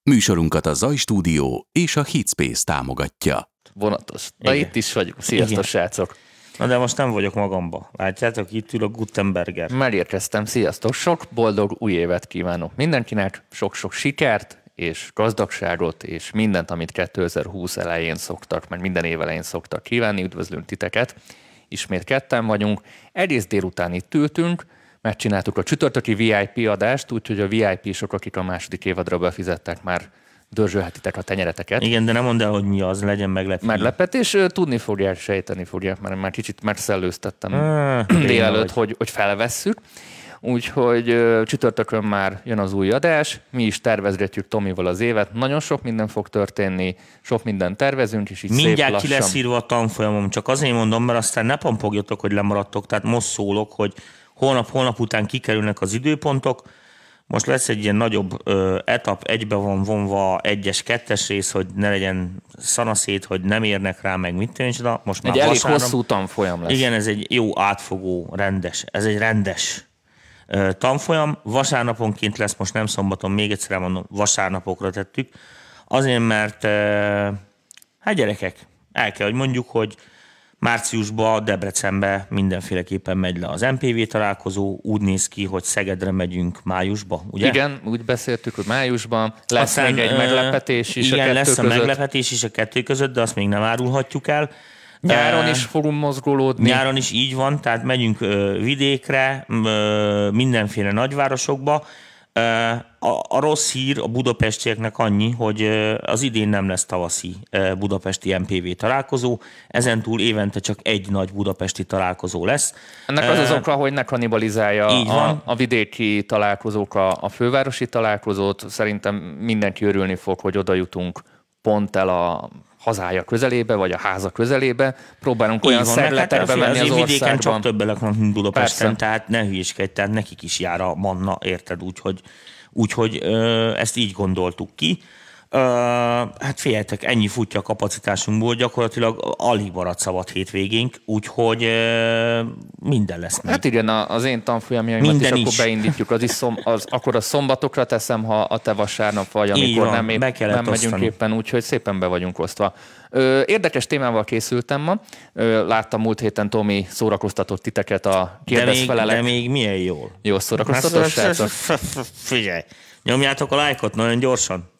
Műsorunkat a Zaj Stúdió és a Hitspace támogatja. Vonatos. De itt is vagyunk. Sziasztok, igen. Srácok! Na de most nem vagyok magamba. Látjátok, itt ül a Gutenberger. Megérkeztem. Sziasztok! Sok boldog új évet kívánok mindenkinek, sok-sok sikert és gazdagságot, és mindent, amit 2020 elején szoktak, meg minden év elején szoktak kívánni. Üdvözlünk titeket! Ismét ketten vagyunk. Egész délután itt ültünk, megcsináltuk a csütörtöki VIP adást, úgyhogy a VIP-sok, akik a második évadra befizettek, már dörzsölhetitek a tenyereteket. Igen, de nem mondd el, hogy mi az, legyen meglepő. Meglepetés, tudni fogják, sejteni fogják, mert már kicsit megszellőztettem délelőtt, hogy felvesszük. Úgyhogy csütörtökön már jön az új adás, mi is tervezgetjük Tomival az évet, nagyon sok minden fog történni, sok mindent tervezünk, és így mindjárt szép ki lesz írva a tanfolyamom, csak azért mondom, mert aztán ne pampogjatok, hogy lemaradtok, tehát most szólok, hogy holnap után kikerülnek az időpontok. Most lesz egy ilyen nagyobb etap, egybe van vonva 1-es, 2-es rész, hogy ne legyen szanaszét, hogy nem érnek rá, meg mit tűncs. Most már egy elég hosszú tanfolyam lesz. Igen, ez egy jó átfogó, rendes, tanfolyam. Vasárnaponként lesz, most nem szombaton, még egyszer mondom, vasárnapokra tettük. Azért, mert hát gyerekek, el kell, hogy mondjuk, hogy márciusban Debrecenbe mindenféleképpen megy le az MPV találkozó, úgy néz ki, hogy Szegedre megyünk májusba, ugye? Igen, úgy beszéltük, hogy májusban lesz aztán, még egy meglepetés is igen, a kettő lesz között. A meglepetés is a kettő között, de azt még nem árulhatjuk el. Nyáron is fogunk mozgolódni. Nyáron is így van, tehát megyünk vidékre, mindenféle nagyvárosokba. A rossz hír a budapestieknek annyi, hogy az idén nem lesz tavaszi budapesti MPV találkozó, ezentúl évente csak egy nagy budapesti találkozó lesz. Ennek az oka, hogy ne kannibalizálja a vidéki találkozók a fővárosi találkozót. Szerintem mindenki örülni fog, hogy oda jutunk pont el a hazája közelébe, vagy a háza közelébe. Próbálunk olyan szegletekbe menni az országban. Vidéken csak többelek van, mint Budapesten, persze. Tehát ne hülyéskedj, tehát nekik is jár a manna, érted? Úgyhogy ezt így gondoltuk ki. Hát figyeljetek, ennyi futja a kapacitásunkból, gyakorlatilag alig maradt szabad hétvégénk, úgyhogy minden lesz még. Hát igen, az én tanfolyamjaimat is akkor beindítjuk, akkor a szombatokra teszem, ha a te vasárnap vagy, amikor van, nem megyünk éppen, úgyhogy szépen be vagyunk osztva. Érdekes témával készültem ma. Láttam múlt héten, Tomi szórakoztatott titeket a kérdezfelelek. De még milyen jól. Jól szórakoztatott, srácok? Figyelj, nyomjátok a lájkot nagyon gyorsan.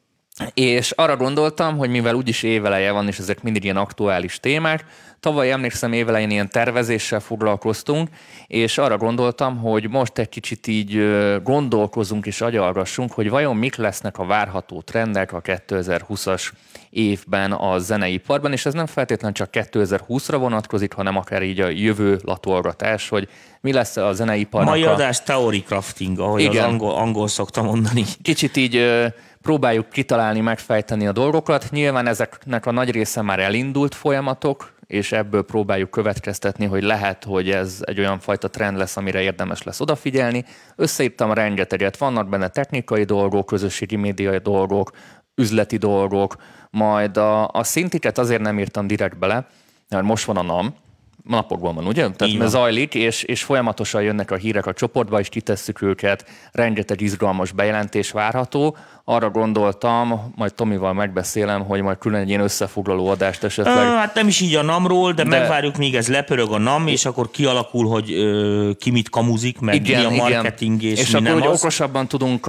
És arra gondoltam, hogy mivel úgyis éveleje van, és ezek mindig ilyen aktuális témák, tavaly emlékszem évelején ilyen tervezéssel foglalkoztunk, és arra gondoltam, hogy most egy kicsit így gondolkozunk és agyalgassunk, hogy vajon mik lesznek a várható trendek a 2020-as évben a zeneiparban, és ez nem feltétlenül csak 2020-ra vonatkozik, hanem akár így a jövő latolgatás, hogy mi lesz a zeneiparnak. Mai adás theory crafting, ahogy igen. Az angol szokta mondani. Kicsit így próbáljuk kitalálni, megfejteni a dolgokat. Nyilván ezeknek a nagy része már elindult folyamatok, és ebből próbáljuk következtetni, hogy lehet, hogy ez egy olyan fajta trend lesz, amire érdemes lesz odafigyelni. Összeírtam rengeteget, vannak benne technikai dolgok, közösségi médiai dolgok, üzleti dolgok, majd a szintiket azért nem írtam direkt bele, mert most van a NAM, napokban van, ugye? Tehát zajlik, és folyamatosan jönnek a hírek a csoportba, és kitesszük őket, rengeteg izgalmas bejelentés várható. Arra gondoltam, majd Tomival megbeszélem, hogy majd külön egy ilyen összefoglaló adást esetleg. Hát nem is így a NAM-ról, de megvárjuk, míg ez lepörög a NAM, és akkor kialakul, hogy ki mit kamuzik, meg mi a marketing, és mi nem akkor, az. hogy okosabban tudunk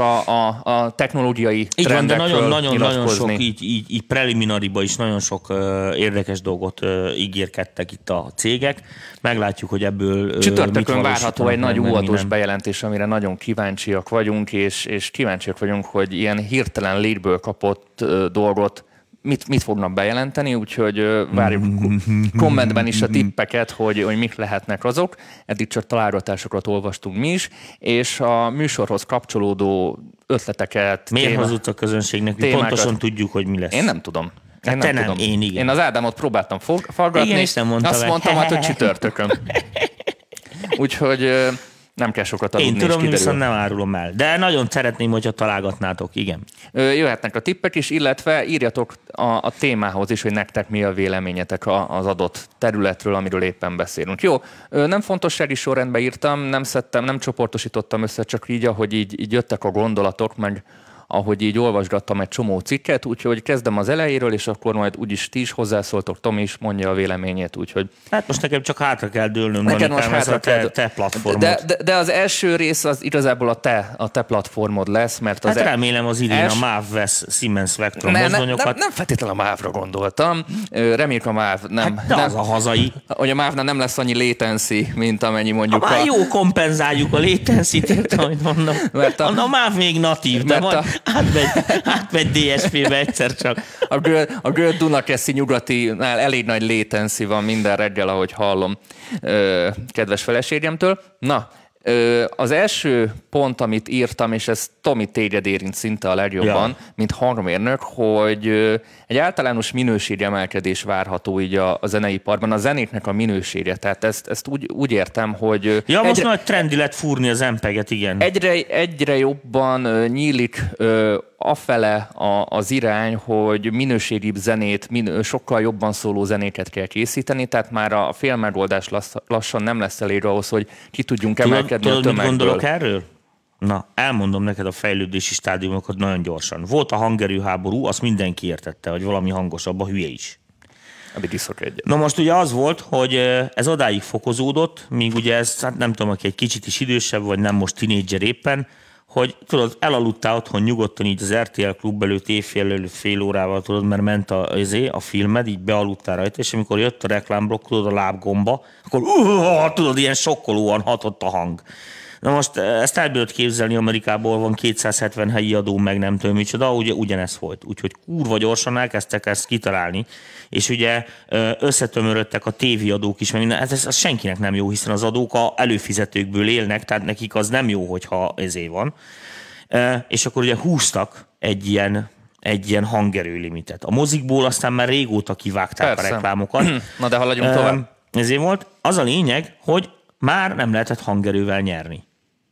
a technológiai trendekről nagyon sok, így preliminariba is nagyon sok érdekes dolgot ígérkedtek itt a cégek. Meglátjuk, hogy ebből csütörtökön várható egy nagy óvatos bejelentés, amire nagyon kíváncsiak vagyunk, és kíváncsiak vagyunk, hogy ilyen hirtelen légből kapott dolgot mit fognak bejelenteni, úgyhogy várjuk kommentben is a tippeket, hogy mik lehetnek azok. Eddig csak találgatásokat olvastunk mi is, és a műsorhoz kapcsolódó ötleteket... Miért hazudsz a közönségnek? Mi pontosan tudjuk, hogy mi lesz. Én nem tudom. Én igen. Én az Ádámot próbáltam faggatni, igen, és nem azt mondtam, hogy csütörtökön. Úgyhogy nem kell sokat aludni. Én tudom, viszont nem árulom el. De nagyon szeretném, hogyha találgatnátok, igen. Jöhetnek a tippek is, illetve írjatok a témához is, hogy nektek mi a véleményetek az adott területről, amiről éppen beszélünk. Jó, nem fontossági sorrendben írtam, nem csoportosítottam össze, csak így, ahogy így jöttek a gondolatok, meg ahogy így olvasgattam egy csomó cikket, úgyhogy kezdem az elejéről, és akkor majd úgyis ti is hozzászóltok, Tomi is mondja a véleményét, úgyhogy... Hát most nekem csak hátra kell dőlnöm, Danikám, ez a te platformod. De az első rész az igazából a te platformod lesz, mert az... Hát remélem az idén a MÁV vesz Siemens Spectrum mozdonyokat. Nem feltétlenül a MÁV-ra gondoltam. Reméljük a MÁV nem... Hát de az a hazai. Hogy a MÁV-nál nem lesz annyi latency, mint amennyi mondjuk már jó kompenzáljuk a latency-t, amit mondom. A MÁV még natív, de majd átmegy DSP-be egyszer csak. A Göld Dunakeszi nyugatinál elég nagy latency van minden reggel, ahogy hallom kedves feleségemtől. Na, az első pont, amit írtam, és ez Tomi téged érint szinte a legjobban, mint hangmérnök, hogy egy általános minőségemelkedés várható így a zeneiparban, a zenéknek a minősége. Tehát ezt úgy értem, hogy... Ja, most nagy trendi lett fúrni az MPEG-et, igen. Egyre jobban nyílik afele az irány, hogy minőségibb zenét, sokkal jobban szóló zenéket kell készíteni, tehát már a félmegoldás lassan nem lesz elég ahhoz, hogy ki tudjunk emelkedni a tömegből. Mit gondolok erről? Na, elmondom neked a fejlődési stádiumokat nagyon gyorsan. Volt a hangerőháború, azt mindenki értette, hogy valami hangosabb, a hülye is. Addig iszok egyet. Na most ugye az volt, hogy ez odáig fokozódott, míg ugye ez, hát nem tudom, aki egy kicsit is idősebb, vagy nem most tinédzser éppen, hogy tudod, elaludtál otthon nyugodtan így az RTL klub előtt, éjfél előtt fél órával, tudod, mert ment a filmed, így bealudtál rajta, és amikor jött a reklámblokk, tudod, a lábgomba, akkor tudod, ilyen sokkolóan hatott a hang. Na most ezt el tudod képzelni, Amerikából van 270 helyi adó, meg nem tudom micsoda, ugye ugyanez volt. Úgyhogy kurva gyorsan elkezdtek ezt kitalálni, és ugye összetömörödtek a tévéadók is, mert minden, ez senkinek nem jó, hiszen az adók a előfizetőkből élnek, tehát nekik az nem jó, hogyha ezé van. És akkor ugye húztak egy ilyen hangerőlimitet. A mozikból aztán már régóta kivágták a reklámokat. Na de haladjunk tovább. Ezért volt az a lényeg, hogy már nem lehetett hangerővel nyerni.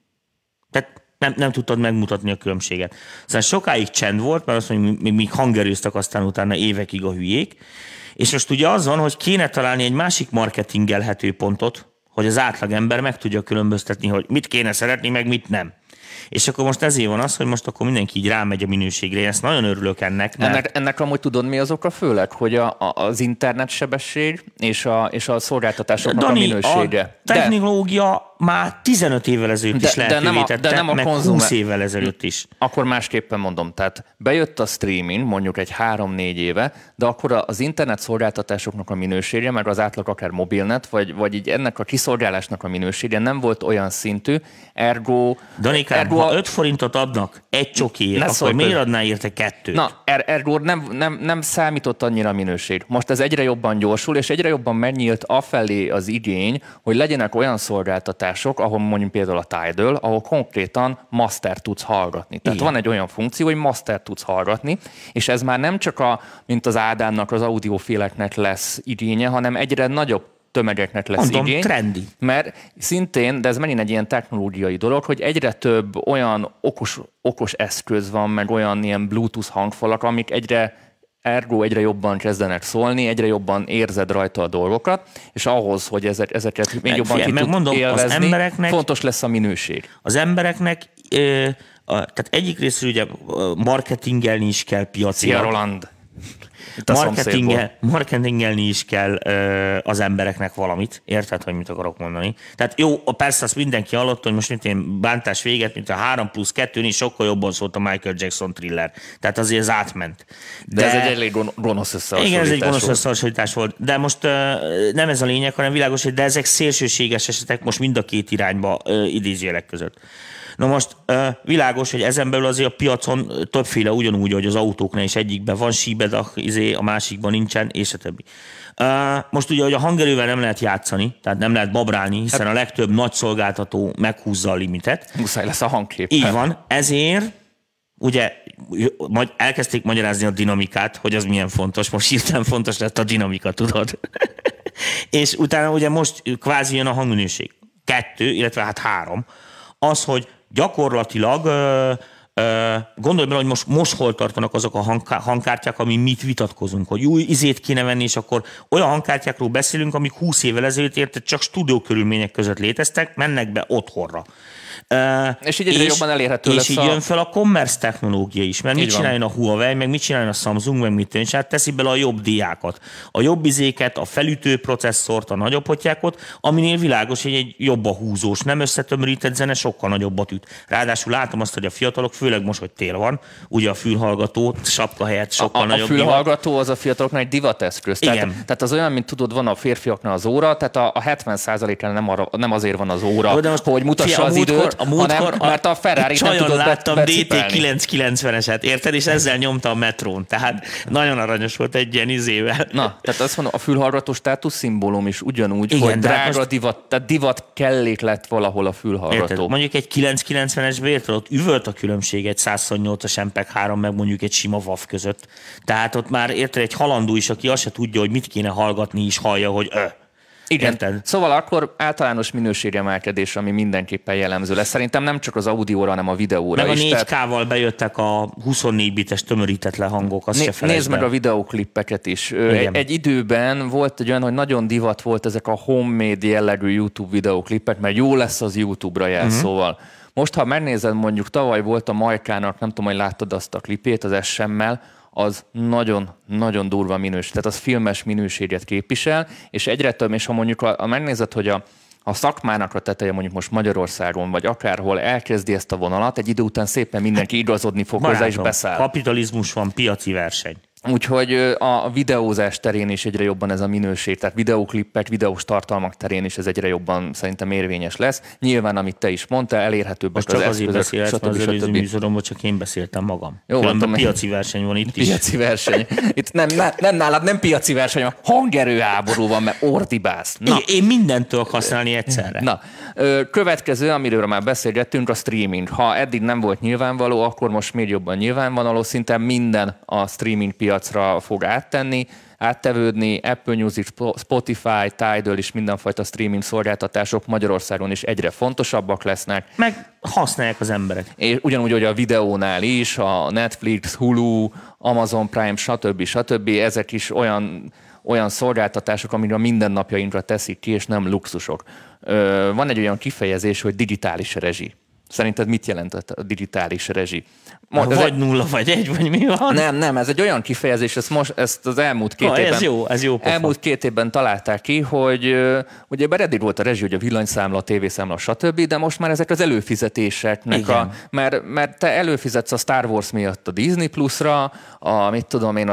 Tehát nem tudtad megmutatni a különbséget. Szóval sokáig csend volt, mert azt mondjuk, még hangerőztek aztán utána évekig a hülyék, és most ugye az van, hogy kéne találni egy másik marketingelhető pontot, hogy az átlagember meg tudja különböztetni, hogy mit kéne szeretni, meg mit nem. És akkor most ezért van az, hogy most akkor mindenki így rámegy a minőségre. Én ezt nagyon örülök ennek. Ennek amúgy tudod mi az oka főleg? Hogy az internetsebesség és a szolgáltatásoknak a minősége. A technológia már 15 évvel ezelőtt is lehetővé tette, meg 20 évvel ezelőtt is. Akkor másképpen mondom, tehát bejött a streaming mondjuk egy 3-4 éve, de akkor az internet szolgáltatásoknak a minősége, meg az átlag akár mobilnet, vagy így ennek a kiszolgálásnak a minősége nem volt olyan szintű, ergo... Danikám, ha 5 forintot adnak egy csokiért, akkor miért adnál érte 2-t? Na, ergo nem számított annyira a minőség. Most ez egyre jobban gyorsul, és egyre jobban megnyílt afelé az igény, hogy legyenek olyan szolgáltatások, ahol mondjuk például a Tidal, ahol konkrétan master tudsz hallgatni. Tehát van egy olyan funkció, hogy master tudsz hallgatni, és ez már nem csak mint az Ádámnak, az audiofileknek lesz igénye, hanem egyre nagyobb tömegeknek lesz igény. Trendi. Mert szintén, de ez megint egy ilyen technológiai dolog, hogy egyre több olyan okos eszköz van, meg olyan ilyen Bluetooth hangfalak, amik egyre jobban kezdenek szólni, egyre jobban érzed rajta a dolgokat, és ahhoz, hogy ezeket még jobban ki tud élvezni, fontos lesz a minőség. Az embereknek, tehát egyik részről ugye marketingelni is kell piacilag. Szia, Roland! Marketingelni is kell az embereknek valamit. Érted, hogy mit akarok mondani? Tehát jó, persze azt mindenki hallott, hogy most mint bántás véget, mint a 3+2-nél sokkal jobban szólt a Michael Jackson Thriller. Tehát azért ez átment. De ez egy elég gonosz összehasonlítás. Igen, ez egy gonosz összehasonlítás volt. De most nem ez a lényeg, hanem világos, hogy de ezek szélsőséges esetek most mind a két irányba idézőjelek között. Na most világos, hogy ezen belül azért a piacon többféle ugyanúgy, hogy az autóknál is egyikben van síbedach, a másikban nincsen, és a többi. Most ugye, hogy a hangerővel nem lehet játszani, tehát nem lehet babrálni, hiszen a legtöbb nagy szolgáltató meghúzza a limitet. Muszáj lesz a hangkép. Így van, ezért ugye elkezdték magyarázni a dinamikát, hogy az milyen fontos, most hirtelen fontos lett a dinamika, tudod? És utána ugye most kvázi jön a hangminőség. 2, illetve hát 3. Az, hogy gyakorlatilag gondolj bele, hogy most hol tartanak azok a hangkártyák, ami mit vitatkozunk, hogy új izét kéne venni, és akkor olyan hangkártyákról beszélünk, amik 20 évvel ezelőtt érted csak stúdiókörülmények között léteztek, mennek be otthonra. És így egyre jobban elérhető lesz. És így jön fel a commerce technológia is, mert mit csináljon a Huawei, meg mit csináljon a Samsung, meg mit és hát teszi bele a jobb diákat, a jobb izéket, a felütő processzort, a nagyobb potyákot, aminél világos, hogy egy jobb a húzós, nem összetömörített zene sokkal nagyobbat üt. Ráadásul látom azt, hogy a fiatalok, főleg most, hogy tél van, ugye a fülhallgató sapka helyett sokkal nagyobb. A fülhallgató az a fiataloknak egy divateszköz. Tehát az olyan, mint tudod, van a férfiaknál az óra, tehát a 70%-án nem azért van az óra, hogy mutassa az időt, hanem mert a Ferrari nem tudod láttam DT990-eset, érted? És ezzel nyomta a metrón. Tehát nagyon aranyos volt egy ilyen izével. Na, tehát azt mondom, a fülhallgató státuszszimbólum is ugyanúgy, igen, hogy drága divat, tehát divat kellék lett valahol a fülhallgató. Érted? Mondjuk egy 990-es bértől ott üvölt a különbség egy 128-as MPEG 3 meg mondjuk egy sima WAV között. Tehát ott már érted, egy halandó is, aki azt se tudja, hogy mit kéne hallgatni, is hallja, hogy igen. Érted? Szóval akkor általános minőségemelkedés, ami mindenképpen jellemző lesz. Szerintem nem csak az audióra, hanem a videóra meg is. Meg a 4K-val bejöttek a 24 bites tömörítetlen hangok, azt se felejtsd. Nézd meg a videóklippeket is. Egy időben volt egy olyan, hogy nagyon divat volt ezek a homemade jellegű YouTube videóklippek, mert jó lesz az YouTube-ra jelszóval. Most, ha megnézed, mondjuk tavaly volt a Majkának, nem tudom, hogy láttad azt a klipét, az SM-mel, az nagyon durva minőség, tehát az filmes minőséget képvisel, és egyre több, és ha mondjuk megnézed, hogy a szakmának a teteje mondjuk most Magyarországon, vagy akárhol elkezdi ezt a vonalat, egy idő után szépen mindenki igazodni fog hozzá, és beszáll. Kapitalizmus van, piaci verseny. Úgyhogy a videózás terén is egyre jobban ez a minőség, tehát videóklippek, videós tartalmak terén is ez egyre jobban szerintem érvényes lesz. Nyilván, amit te is mondtál, elérhetőbbek az eszközök, stb. Az előző műsoromban csak én beszéltem magam. Jó, mondom, piaci verseny van itt is. Piaci verseny. Itt nem nálad nem piaci verseny, a hangerőháború van, mert ordibálsz. Én mindent tudok használni egyszerre. Na, következő, amiről már beszélgettünk, a streaming. Ha eddig nem volt nyilvánvaló, akkor most még jobban nyilvánvaló, szinte minden a streaming piacra fog áttevődni, Apple Music, Spotify, Tidal és mindenfajta streaming szolgáltatások Magyarországon is egyre fontosabbak lesznek. Meg használják az emberek. És ugyanúgy, hogy a videónál is, a Netflix, Hulu, Amazon Prime, stb. Ezek is olyan szolgáltatások, amik a mindennapjainkra teszik ki, és nem luxusok. Van egy olyan kifejezés, hogy digitális rezsi. Szerinted mit jelent a digitális rezsi? Vagy nulla, vagy egy, vagy mi van? Nem, ez egy olyan kifejezés, ezt az elmúlt két évben... Ez jó pofa. Elmúlt 2 évben találták ki, hogy ugye eddig volt a rezsi, hogy a villanyszámla, a tévészámla, stb., de most már ezek az előfizetéseknek mert te előfizetsz a Star Wars miatt a Disney Plus-ra, mit tudom én, a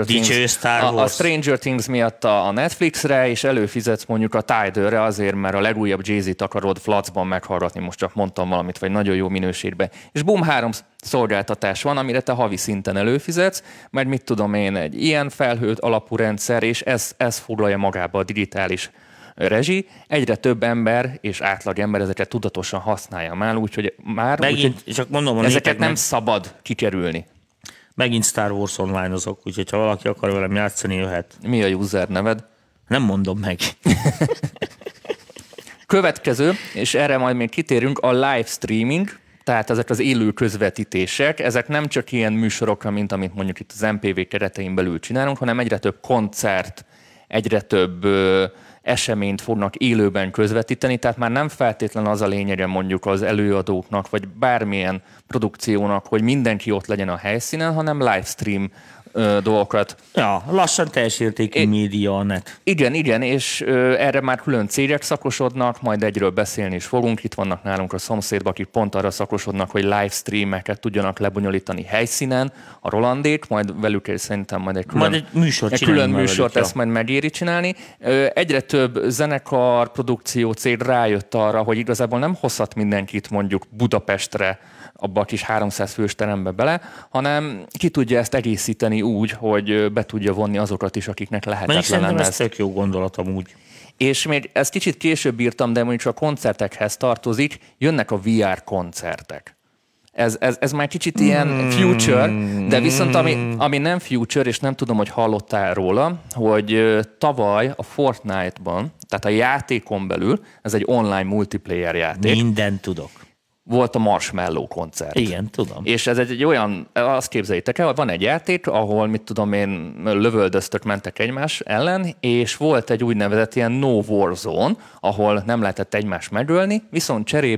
Stranger Things miatt a Netflixre, és előfizetsz mondjuk a Tidal-re azért, mert a legújabb Jay-Z-t akarod flacban meghallgatni, most csak mondtam valamit, vagy nagyon jó minőségben. És 3 szolgáltatás van, amire te havi szinten előfizetsz, mert mit tudom én, egy ilyen felhőt alapú rendszer, és ez foglalja magába a digitális rezsi. Egyre több ember és átlag ember ezeket tudatosan használja már, úgyhogy csak mondom, ezeket nem szabad kikerülni. Megint Star Wars online-ozok, úgyhogy ha valaki akar velem játszani, jöhet. Mi a user neved? Nem mondom meg. Következő, és erre majd még kitérünk, a live streaming, tehát ezek az élő közvetítések, ezek nem csak ilyen műsorokra, mint amit mondjuk itt az MPV keretein belül csinálunk, hanem egyre több koncert, egyre több eseményt fognak élőben közvetíteni, tehát már nem feltétlen az a lényege mondjuk az előadóknak, vagy bármilyen produkciónak, hogy mindenki ott legyen a helyszínen, hanem livestream dolgokat. Ja, lassan teljes értékű média a net. Igen, és erre már külön cégek szakosodnak, majd egyről beszélni is fogunk. Itt vannak nálunk a szomszédban, akik pont arra szakosodnak, hogy livestreameket tudjanak lebonyolítani helyszínen, a Rolandék, majd velük szerintem majd egy külön műsort ezt majd megéri csinálni. Egyre több zenekar, produkció cég rájött arra, hogy igazából nem hozhat mindenkit mondjuk Budapestre, abba a kis 300 fős terembe bele, hanem ki tudja ezt egészíteni úgy, hogy be tudja vonni azokat is, akiknek lehetetlen lenne. Ez tök jó gondolat amúgy. És még ezt kicsit később írtam, de mondjuk a koncertekhez tartozik, jönnek a VR koncertek. Ez már kicsit ilyen future, de viszont ami nem future, és nem tudom, hogy hallottál róla, hogy tavaly a Fortnite-ban, tehát a játékon belül, ez egy online multiplayer játék. Mindent tudok. Volt a Marshmallow koncert. Igen, tudom. És ez egy olyan, azt képzeljétek el, hogy van egy játék, ahol, mit tudom én, lövöldöztök, mentek egymás ellen, és volt egy úgynevezett ilyen no war zone, ahol nem lehetett egymást megölni, viszont cserébe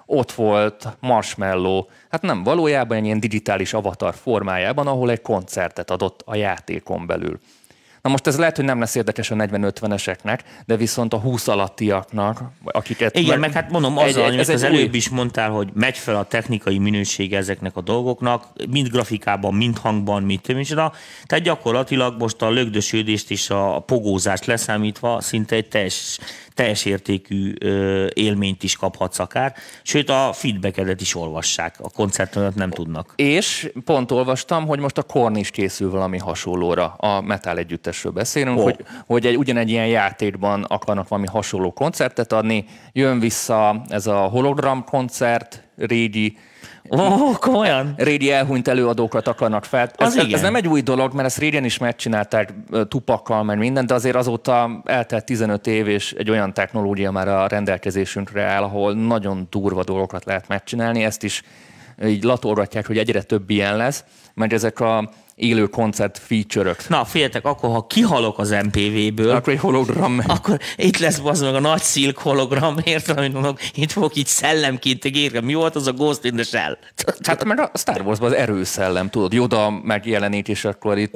ott volt Marshmello, hát nem valójában egy ilyen digitális avatar formájában, ahol egy koncertet adott a játékon belül. Na most ez lehet, hogy nem lesz érdekes a 40-50-eseknek, de viszont a 20 alattiaknak, akiket... Igen, meg hát mondom, azzal, amit az előbb is mondtál, hogy megy fel a technikai minősége ezeknek a dolgoknak, mind grafikában, mind hangban, mind többmicsoda. Tehát gyakorlatilag most a lögdösödést és a pogózást leszámítva szinte egy teljes értékű élményt is kaphatsz akár, sőt a feedbackedet is olvassák, a koncertönöt nem tudnak. És pont olvastam, hogy most a Korn is készül valami hasonlóra, a Metal együttesről beszélünk, hogy ugyanegy ilyen játékban akarnak valami hasonló koncertet adni, jön vissza ez a hologram koncert, régi, komolyan? Régi elhunyt előadókat akarnak fel. Ez nem egy új dolog, mert ezt régen is megcsinálták Tupakkal, meg minden, de azért azóta eltelt 15 év, és egy olyan technológia már a rendelkezésünkre áll, ahol nagyon durva dolgokat lehet megcsinálni. Ezt is így latolgatják, hogy egyre több ilyen lesz, mert ezek a élő koncert feature-ök. Na, figyeljetek, akkor ha kihalok az MPV-ből, akkor egy hologram. Akkor itt lesz meg a nagy Silk hologram, értem, amit mondok, itt fogok így szellemként érni. Mi volt az a Ghost in the Shell? Hát meg a Star Wars-ban az erőszellem, tudod, Yoda megjelenít, és akkor itt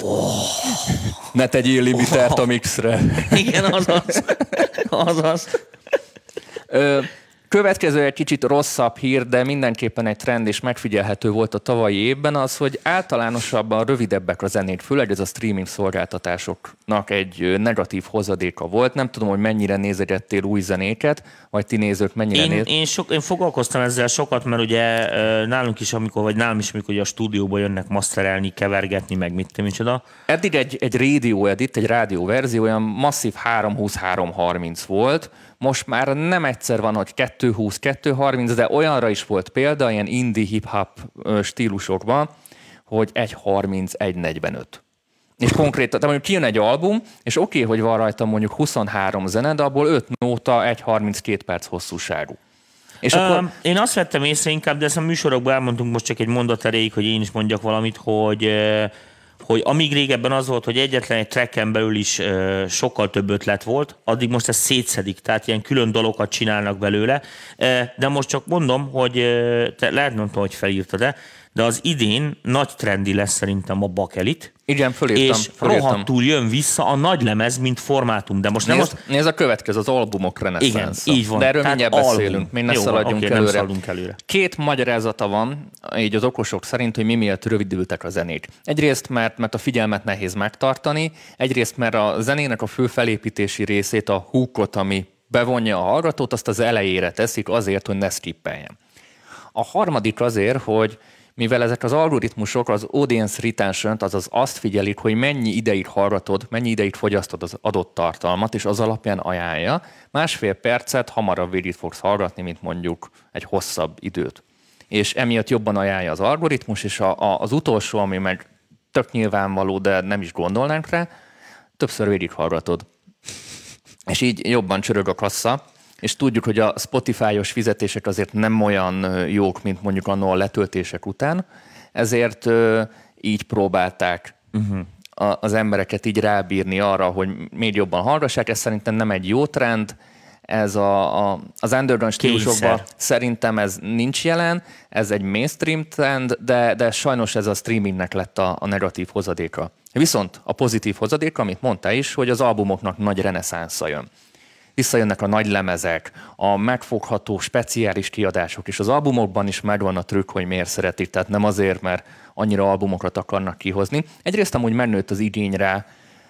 ne tegyél limitert a mixre. Igen, azaz. Következő egy kicsit rosszabb hír, de mindenképpen egy trend és megfigyelhető volt a tavalyi évben az, hogy általánosabban rövidebbek a zenék, főleg ez a streaming szolgáltatásoknak egy negatív hozadéka volt. Nem tudom, hogy mennyire nézegettél új zenéket, vagy ti nézők mennyire Én foglalkoztam ezzel sokat, mert ugye nálam is, amikor a stúdióba jönnek masterelni, kevergetni, meg micsoda. Eddig egy radio edit, egy rádió verzió olyan masszív 320-330 volt. Most már nem egyszer van, hogy 220-230, de olyanra is volt példa, ilyen indie hip-hop stílusokban, hogy 1.30-1.45. És konkrétan, tehát mondjuk kijön egy album, és oké, hogy van rajta mondjuk 23 zene, de abból 5 nóta 1.32 perc hosszúságú. És akkor... Én azt vettem észre inkább, de ezt a műsorokban elmondtunk most csak egy mondat erejéig, hogy én is mondjak valamit, hogy amíg régebben az volt, hogy egyetlen egy tracken belül is sokkal több ötlet volt, addig most ez szétszedik, tehát ilyen külön dolgokat csinálnak belőle. De most csak mondom, hogy lehet nem tudom, hogy felírtad-e, de az idén nagy trendi lesz szerintem a bakelit. Igen, fölírtam. És rohadtul jön vissza a nagy lemez, mint formátum. De most nézd a következő, az albumok reneszánsza. Igen, így van. De erről mindjárt beszélünk, még ne szaladjunk előre. Két magyarázata van, így az okosok szerint, hogy mi miatt rövidültek a zenék. Egyrészt, mert a figyelmet nehéz megtartani, egyrészt, mert a zenének a fő felépítési részét, a hookot, ami bevonja a hallgatót, azt az elejére teszik azért, hogy ne skippeljen. A harmadik azért, hogy mivel ezek az algoritmusok az audience retention-t, azaz azt figyelik, hogy mennyi ideig hallgatod, mennyi ideig fogyasztod az adott tartalmat, és az alapján ajánlja, 1,5 percet hamarabb végig fogsz hallgatni, mint mondjuk egy hosszabb időt. És emiatt jobban ajánlja az algoritmus, és az utolsó, ami meg tök nyilvánvaló, de nem is gondolnánk rá, többször végig hallgatod. És így jobban csörög a kassa, és tudjuk, hogy a Spotify-os fizetések azért nem olyan jók, mint mondjuk annól a letöltések után, ezért így próbálták az embereket így rábírni arra, hogy még jobban hallgassák. Ez szerintem nem egy jó trend, ez az underground stílusokban szerintem ez nincs jelen, ez egy mainstream trend, de sajnos ez a streamingnek lett a negatív hozadéka. Viszont a pozitív hozadéka, amit mondta is, hogy az albumoknak nagy reneszánsza jön. Visszajönnek a nagy lemezek, a megfogható speciális kiadások, és az albumokban is megvan a trükk, hogy miért szeretik, tehát nem azért, mert annyira albumokat akarnak kihozni. Egyrészt amúgy megnőtt az igény rá,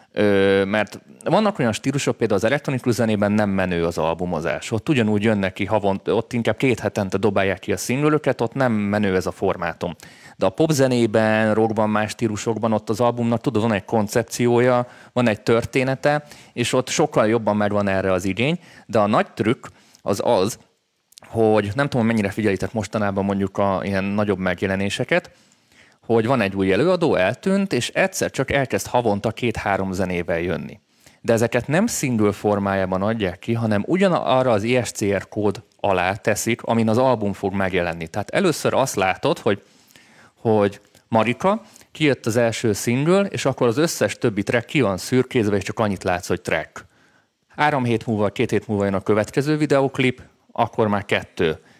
mert vannak olyan stílusok, például az elektronikus zenében nem menő az albumozás. Ott ugyanúgy jönnek ki havonta, ott inkább 2 hetente dobálják ki a szingölöket, ott nem menő ez a formátum. De a popzenében, rockban, más stílusokban ott az albumnak, tudod, van egy koncepciója, van egy története, és ott sokkal jobban megvan erre az igény, de a nagy trükk az, hogy nem tudom, mennyire figyelitek mostanában mondjuk ilyen nagyobb megjelenéseket, hogy van egy új előadó, eltűnt, és egyszer csak elkezd havonta 2-3 zenével jönni. De ezeket nem single formájában adják ki, hanem ugyanarra az ISCR kód alá teszik, amin az album fog megjelenni. Tehát először azt látod, hogy Marika, kijött az első single, és akkor az összes többi track ki van szürkézve, és csak annyit látsz, hogy track. 3 hét múlva, 2 hét múlva jön a következő videóklip, akkor már 2.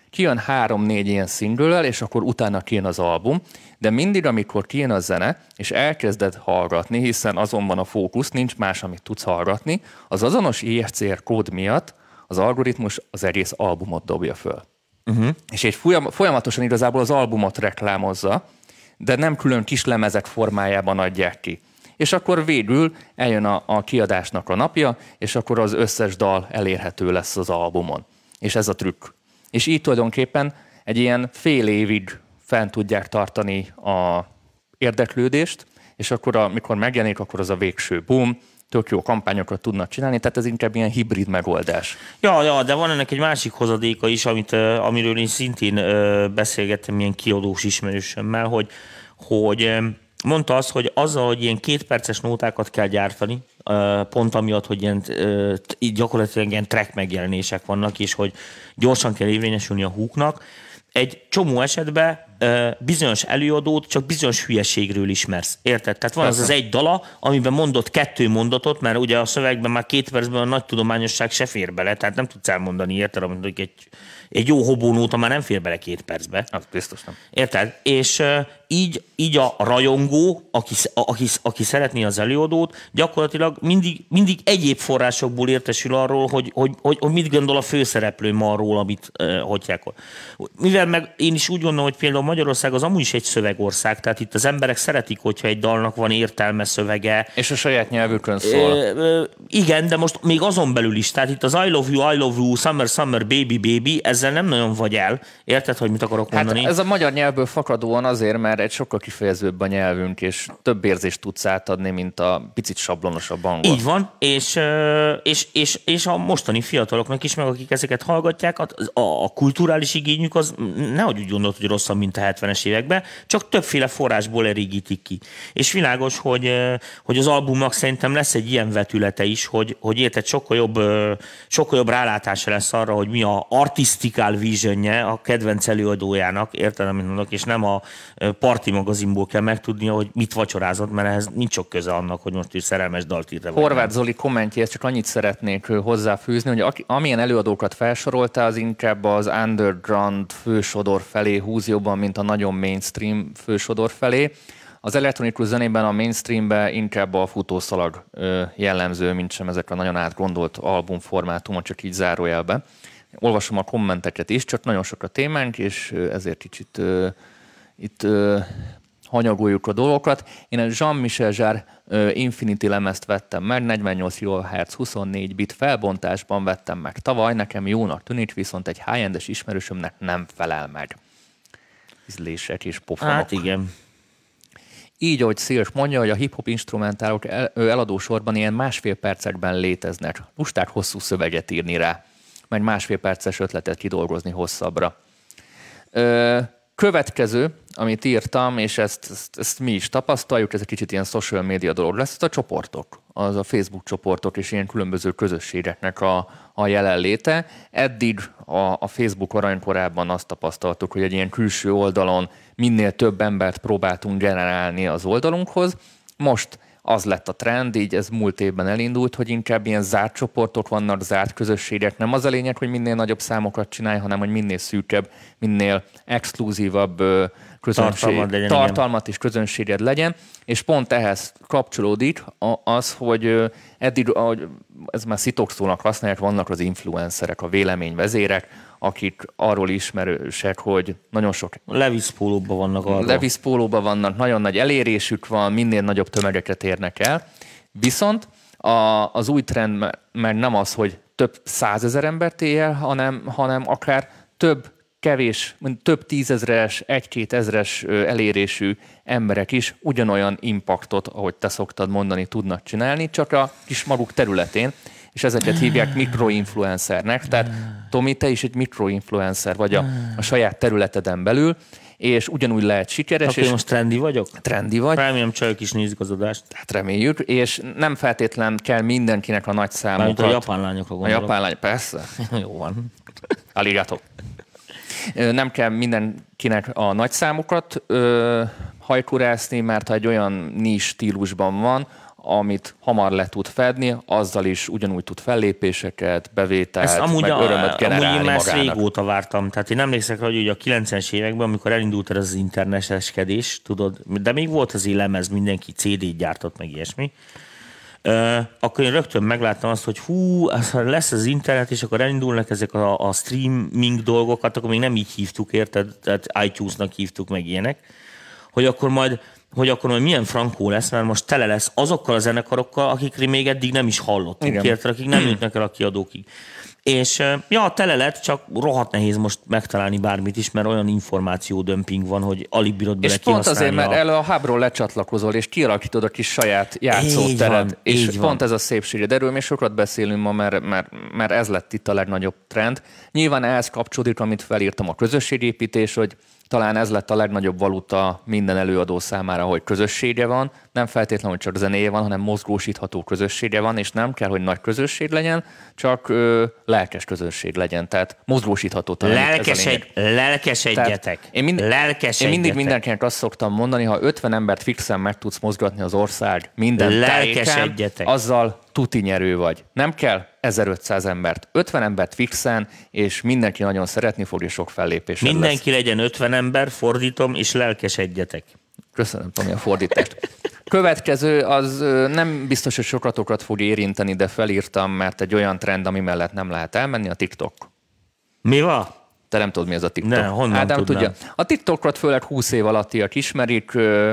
kijön 3-4 ilyen single-el, és akkor utána kijön az album, de mindig, amikor kijön a zene, és elkezded hallgatni, hiszen azon van a fókusz, nincs más, amit tudsz hallgatni, az azonos ISCR kód miatt az algoritmus az egész albumot dobja föl. És egy folyamatosan igazából az albumot reklámozza, de nem külön kis lemezek formájában adják ki. És akkor végül eljön a kiadásnak a napja, és akkor az összes dal elérhető lesz az albumon. És ez a trükk. És így tulajdonképpen egy ilyen fél évig fent tudják tartani a érdeklődést, és akkor amikor megjelenik, akkor az a végső boom, tök jó kampányokat tudnak csinálni, tehát ez inkább ilyen hibrid megoldás. Ja, de van ennek egy másik hozadéka is, amiről én szintén beszélgettem ilyen kiadós ismerősömmel, hogy mondta azt, hogy azzal, hogy ilyen 2 perces nótákat kell gyártani, pont amiatt, hogy ilyen, gyakorlatilag ilyen track megjelenések vannak, és hogy gyorsan kell érvényesülni a hooknak, egy csomó esetben bizonyos előadót csak bizonyos hülyeségről ismersz. Érted? Tehát van az egy dala, amiben mondott 2 mondatot, mert ugye a szövegben már 2 percben a nagy tudományosság se fér bele, tehát nem tudsz elmondani, érted? Amit egy jó hobónóta már nem fér bele 2 percbe. Az biztos nem. Érted? És így a rajongó, aki szeretné az előadót, gyakorlatilag mindig egyéb forrásokból értesül arról, hogy mit gondol a főszereplő ma arról, amit hogyják. Mivel meg én is úgy gondolom, hogy például Magyarország az amúgy is egy szövegország, tehát itt az emberek szeretik, hogyha egy dalnak van értelme, szövege. És a saját nyelvükön szól. Igen, de most még azon belül is. Tehát itt az I love you, summer, summer, baby, ezzel nem nagyon vagy el. Érted, hogy mit akarok mondani? Hát ez a magyar nyelvből fakadóan azért, mert egy sokkal kifejezőbb a nyelvünk, és több érzést tudsz átadni, mint a picit sablonosabb angol. Így van, és a mostani fiataloknak is, meg akik ezeket hallgatják, a kulturális igényük az nehogy úgy gondolt, hogy rosszabb, mint a 70-es években, csak többféle forrásból elégítik ki. És világos, hogy az albumnak szerintem lesz egy ilyen vetülete is, hogy érted, sokkal jobb rálátása lesz arra, hogy mi a artistical visionje a kedvenc előadójának, érted, amit mondok, és nem a Parti magazinból kell megtudnia, hogy mit vacsorázott, mert ehhez nincs sok köze annak, hogy most ő szerelmes dalt írt. Horváth Zoli kommentjéhez csak annyit szeretnék hozzáfűzni, hogy amilyen előadókat felsorolta, az inkább az underground fősodor felé húz jobban, mint a nagyon mainstream fősodor felé. Az elektronikus zenében a mainstreamben inkább a futószalag jellemző, mint sem ezek a nagyon átgondolt albumformátumok, csak így zárójelbe. Olvasom a kommenteket is, csak nagyon sok a témánk, és ezért kicsit itt hanyagoljuk a dolgokat. Én a Jean-Michel Jarre Infinity lemezt vettem meg, 48 kHz 24 bit felbontásban vettem meg tavaly, nekem jónak tűnik, viszont egy high-endes ismerősömnek nem felel meg. Ízlések és pofonok. Hát igen. Így, ahogy Széls mondja, hogy a hip-hop instrumentálok eladósorban ilyen 1,5 percekben léteznek. Lusták hosszú szöveget írni rá, meg 1,5 perces ötletet kidolgozni hosszabbra. Következő, amit írtam, és ezt mi is tapasztaljuk, ez egy kicsit ilyen social media dolog lesz, ez a csoportok, az a Facebook csoportok és ilyen különböző közösségeknek a jelenléte. Eddig a Facebook aranykorában azt tapasztaltuk, hogy egy ilyen külső oldalon minél több embert próbáltunk generálni az oldalunkhoz. Most az lett a trend, így ez múlt évben elindult, hogy inkább ilyen zárt csoportok vannak, zárt közösségek. Nem az a lényeg, hogy minél nagyobb számokat csinálj, hanem hogy minél szűkebb, minél exkluzívabb tartalmat és közönséged legyen. És pont ehhez kapcsolódik az, hogy eddig, ez már szitokszónak használják, vannak az influencerek, a véleményvezérek, akik arról ismerősek, hogy nagyon sok... Levi's pólóban vannak arról. Levi's pólóban vannak, nagyon nagy elérésük van, minél nagyobb tömegeket érnek el. Viszont az új trend meg nem az, hogy több 100 000 embert ér el, hanem akár több tízezres, 1-2 ezres elérésű emberek is ugyanolyan impaktot, ahogy te szoktad mondani, tudnak csinálni, csak a kis maguk területén, és ezeket hívják mikroinfluencernek. Tehát Tomi, te is egy mikroinfluencer vagy a saját területeden belül, és ugyanúgy lehet sikeres. Akkor és most trendi vagyok? Trendi vagy. Remélem csajok is nézik az adást. Hát reméljük, és nem feltétlen kell mindenkinek a nagy számokat. Mármint a japán lányokra gondolok. A japán lány, persze. Jó van. Arigato. Nem kell mindenkinek a nagy számokat hajkurászni, mert ha egy olyan niche stílusban van, amit hamar le tud fedni, azzal is ugyanúgy tud fellépéseket, bevételt, meg örömöt generálni magának. Ezt régóta vártam. Tehát én emlékszek, hogy ugye a 90-es években, amikor elindult ez az interneteskedés, tudod, de még volt az lemez, mindenki CD-t gyártott, meg ilyesmi. Akkor én rögtön megláttam azt, hogy lesz az internet, és akkor elindulnak ezek a streaming dolgokat, akkor még nem így hívtuk, érted? Tehát iTunes-nak hívtuk, meg ilyenek, hogy akkor majd milyen frankó lesz, mert most tele lesz azokkal a zenekarokkal, akikről még eddig nem is hallottunk, érted? Akik nem jutnak el a kiadókig. És tele lett, csak rohadt nehéz most megtalálni bármit is, mert olyan információdömping van, hogy alig bírod bele kihasználni. És pont azért, mert a hubról lecsatlakozol, és kialakítod a kis saját játszótered. És pont ez a szépsége. De erről még sokat beszélünk ma, mert ez lett itt a legnagyobb trend. Nyilván ehhez kapcsolódik, amit felírtam, a közösségépítés, hogy talán ez lett a legnagyobb valuta minden előadó számára, hogy közössége van. Nem feltétlenül csak zenéje van, hanem mozgósítható közössége van, és nem kell, hogy nagy közösség legyen, csak lelkes közösség legyen. Tehát mozgósítható talán. Lelkesedjetek. Én mindig mindenkinek azt szoktam mondani, ha 50 embert fixen meg tudsz mozgatni az ország minden tájéken, azzal tuti nyerő vagy. Nem kell 1500 embert, 50 embert fixen, és mindenki nagyon szeretni fog, és sok fellépés lesz. Mindenki legyen 50 ember, fordítom, és lelkesedjetek. Köszönöm, Tomi, a fordítást. Következő, az nem biztos, hogy sokatokat fog érinteni, de felírtam, mert egy olyan trend, ami mellett nem lehet elmenni, a TikTok. Mi van? Te nem tudod, mi az a TikTok. Ne, honnan tudja. A TikTokot főleg 20 év alattiak ismerik,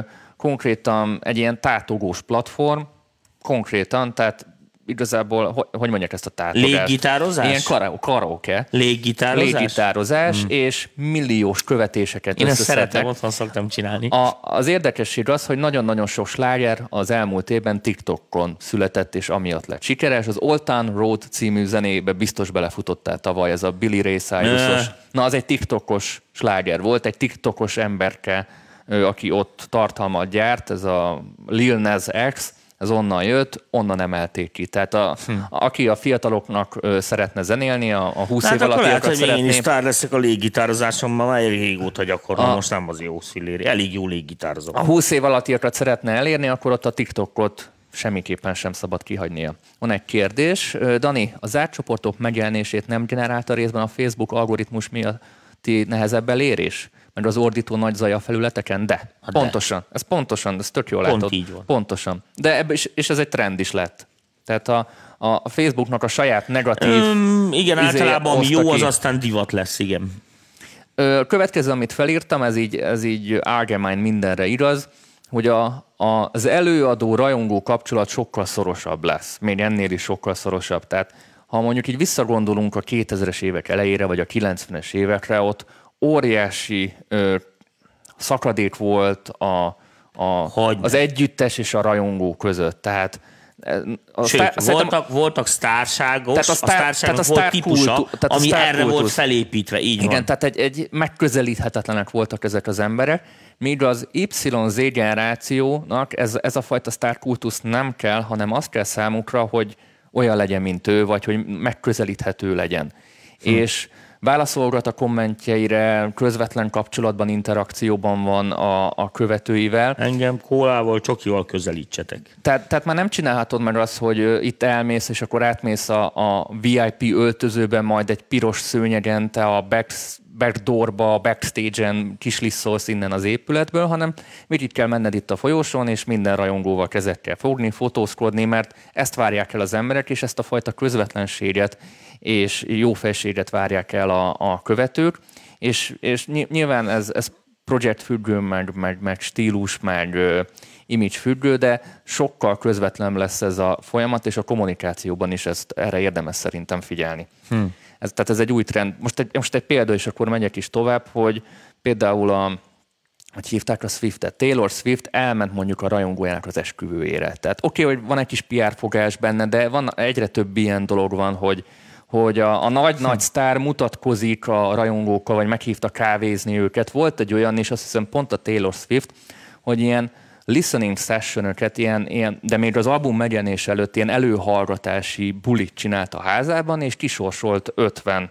konkrétan egy ilyen tátogós platform, konkrétan, tehát igazából, hogy mondják ezt a tátogást? Léggitározás? Ilyen karaoke. Léggitározás? És milliós követéseket Én összeszednek. ezt szeretem, otthon szoktam csinálni. Az érdekesség az, hogy nagyon-nagyon sok sláger az elmúlt évben TikTokon született, és amiatt lett sikeres. Az Old Town Road című zenébe biztos belefutottál tavaly, ez a Billy Ray Cyrus-os. Na, az egy TikTokos sláger volt, egy TikTokos emberke, aki ott tartalmat gyárt, ez a Lil Nas X, ez onnan jött, onnan emelték ki. Tehát aki a fiataloknak szeretne zenélni, a 20 év alattiakat szeretné... Én is sztár leszek a léggitározásommal, már régóta gyakorlom, most nem az jó szilléri. Elég jó léggitározom. A 20 év alattiakat szeretne elérni, akkor ott a TikTokot semmiképpen sem szabad kihagynia. Van egy kérdés. Dani, a zárt csoportok megjelenését nem generálta részben a Facebook algoritmus miatti nehezebb elérés? Meg az ordító nagy zaj a felületeken? De. Pontosan. Ez pontosan, ez tök jól látod. Pont így van. Pontosan. De ebbe és ez egy trend is lett. Tehát a Facebooknak a saját negatív... igen, általában ami jó, az aztán divat lesz, igen. Következő, amit felírtam, ez így allgemein mindenre igaz, hogy az előadó rajongó kapcsolat sokkal szorosabb lesz. Még ennél is sokkal szorosabb. Tehát ha mondjuk így visszagondolunk a 2000-es évek elejére, vagy a 90-es évekre, ott óriási szakadék volt az együttes és a rajongó között. Tehát voltak sztárságok, volt típusa, ami erre volt felépítve, így van. Igen, tehát egy megközelíthetetlenek voltak ezek az emberek, míg az YZ generációnak ez a fajta sztárkultusz nem kell, hanem azt kell számukra, hogy olyan legyen, mint ő, vagy hogy megközelíthető legyen. És válaszolgat a kommentjeire, közvetlen kapcsolatban, interakcióban van a követőivel. Engem kólával, csokival közelítsetek. Tehát már nem csinálhatod meg azt, hogy itt elmész, és akkor átmész a VIP öltözőben, majd egy piros szőnyegen, te a backdoorba, a backstage-en kislisszolsz innen az épületből, hanem végig kell menned itt a folyosón, és minden rajongóval kezet kell fogni, fotózkodni, mert ezt várják el az emberek, és ezt a fajta közvetlenséget és jófejséget várják el a követők, és nyilván ez projekt függő, meg stílus, meg image függő, de sokkal közvetlen lesz ez a folyamat, és a kommunikációban is erre érdemes szerintem figyelni. Tehát ez egy új trend. Most egy példa, és akkor megyek is tovább, hogy például hogy hívták a Swiftet. Taylor Swift elment mondjuk a rajongójának az esküvőjére. Tehát oké, hogy van egy kis PR fogás benne, de egyre több ilyen dolog van, hogy a nagy sztár mutatkozik a rajongókkal, vagy meghívta kávézni őket. Volt egy olyan, és azt hiszem pont a Taylor Swift, hogy ilyen listening sessionöket, de még az album megjelenés előtt ilyen előhallgatási bulit csinált a házában, és kisorsolt 50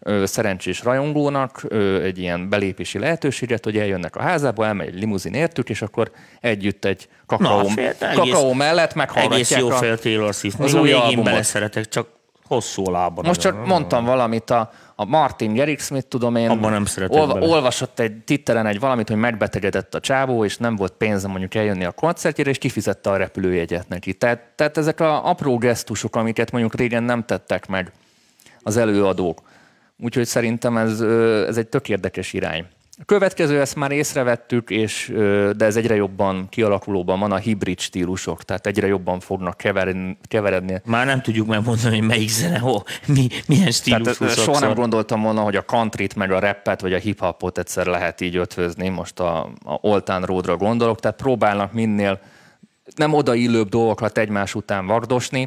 szerencsés rajongónak egy ilyen belépési lehetőséget, hogy eljönnek a házába, elmegy egy limuzin értük, és akkor együtt egy kakaó mellett meghallgatják egész jó fél Taylor Swift. az új albumot. Én beleszeretek, csak hosszú a lábban. Most csak mondtam valamit, a Martin Garrix, mit tudom én, abban nem olvasott egy Twitteren egy valamit, hogy megbetegedett a csávó, és nem volt pénze mondjuk eljönni a koncertjére, és kifizette a repülőjegyet neki. Tehát ezek a apró gesztusok, amiket mondjuk régen nem tettek meg az előadók. Úgyhogy szerintem ez egy tök érdekes irány. A következő, ezt már észrevettük, de ez egyre jobban kialakulóban van, a hibrid stílusok, tehát egyre jobban fognak keveredni. Már nem tudjuk megmondani, hogy melyik zene, milyen stílusú. Soha nem gondoltam volna, hogy a countryt, meg a rappet, vagy a hip-hopot egyszer lehet így ötvözni, most a Old Town Roadra gondolok, tehát próbálnak minél nem odaillőbb dolgokat egymás után vagdosni.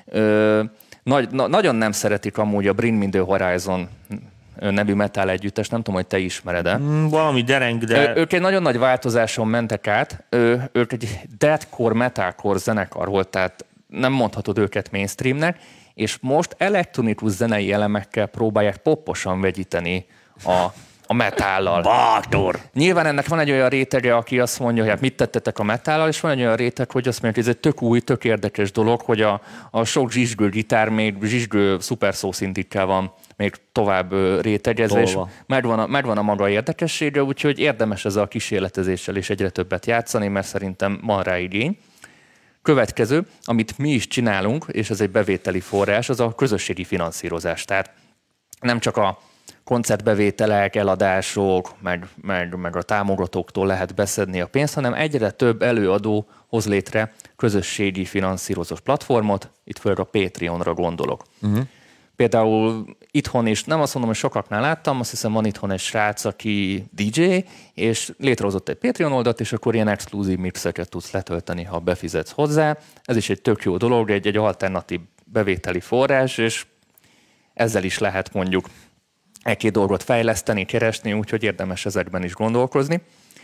Nagyon nem szeretik amúgy a Bring Me The Horizon nevű metal együttes, nem tudom, hogy te ismered-e. Valami dereng, de... Ők egy nagyon nagy változáson mentek át, ők egy deathcore, metalcore zenekar volt, tehát nem mondhatod őket mainstreamnek, és most elektronikus zenei elemekkel próbálják popposan vegyíteni a metállal. Bátor! Nyilván ennek van egy olyan rétege, aki azt mondja, hogy hát mit tettetek a metállal, és van egy olyan réteg, hogy azt mondja, hogy ez egy tök új, tök érdekes dolog, hogy a sok zsizsgő gitár még zsizsgő szuperszószintikkel van még tovább rétegezve, és megvan a maga érdekessége, úgyhogy érdemes ezzel a kísérletezéssel is egyre többet játszani, mert szerintem van rá igény. Következő, amit mi is csinálunk, és ez egy bevételi forrás, az a közösségi finanszírozás. Tehát nem csak a koncertbevételek, eladások, meg a támogatóktól lehet beszedni a pénzt, hanem egyre több előadó hoz létre közösségi finanszírozós platformot, itt főleg a Patreonra gondolok. Például itthon is, nem azt mondom, hogy sokaknál láttam, azt hiszem van itthon egy srác, aki DJ, és létrehozott egy Patreon oldalt, és akkor ilyen exkluzív mixeket tudsz letölteni, ha befizetsz hozzá. Ez is egy tök jó dolog, egy alternatív bevételi forrás, és ezzel is lehet mondjuk egy-két dolgot fejleszteni, keresni, úgyhogy érdemes ezekben is gondolkozni.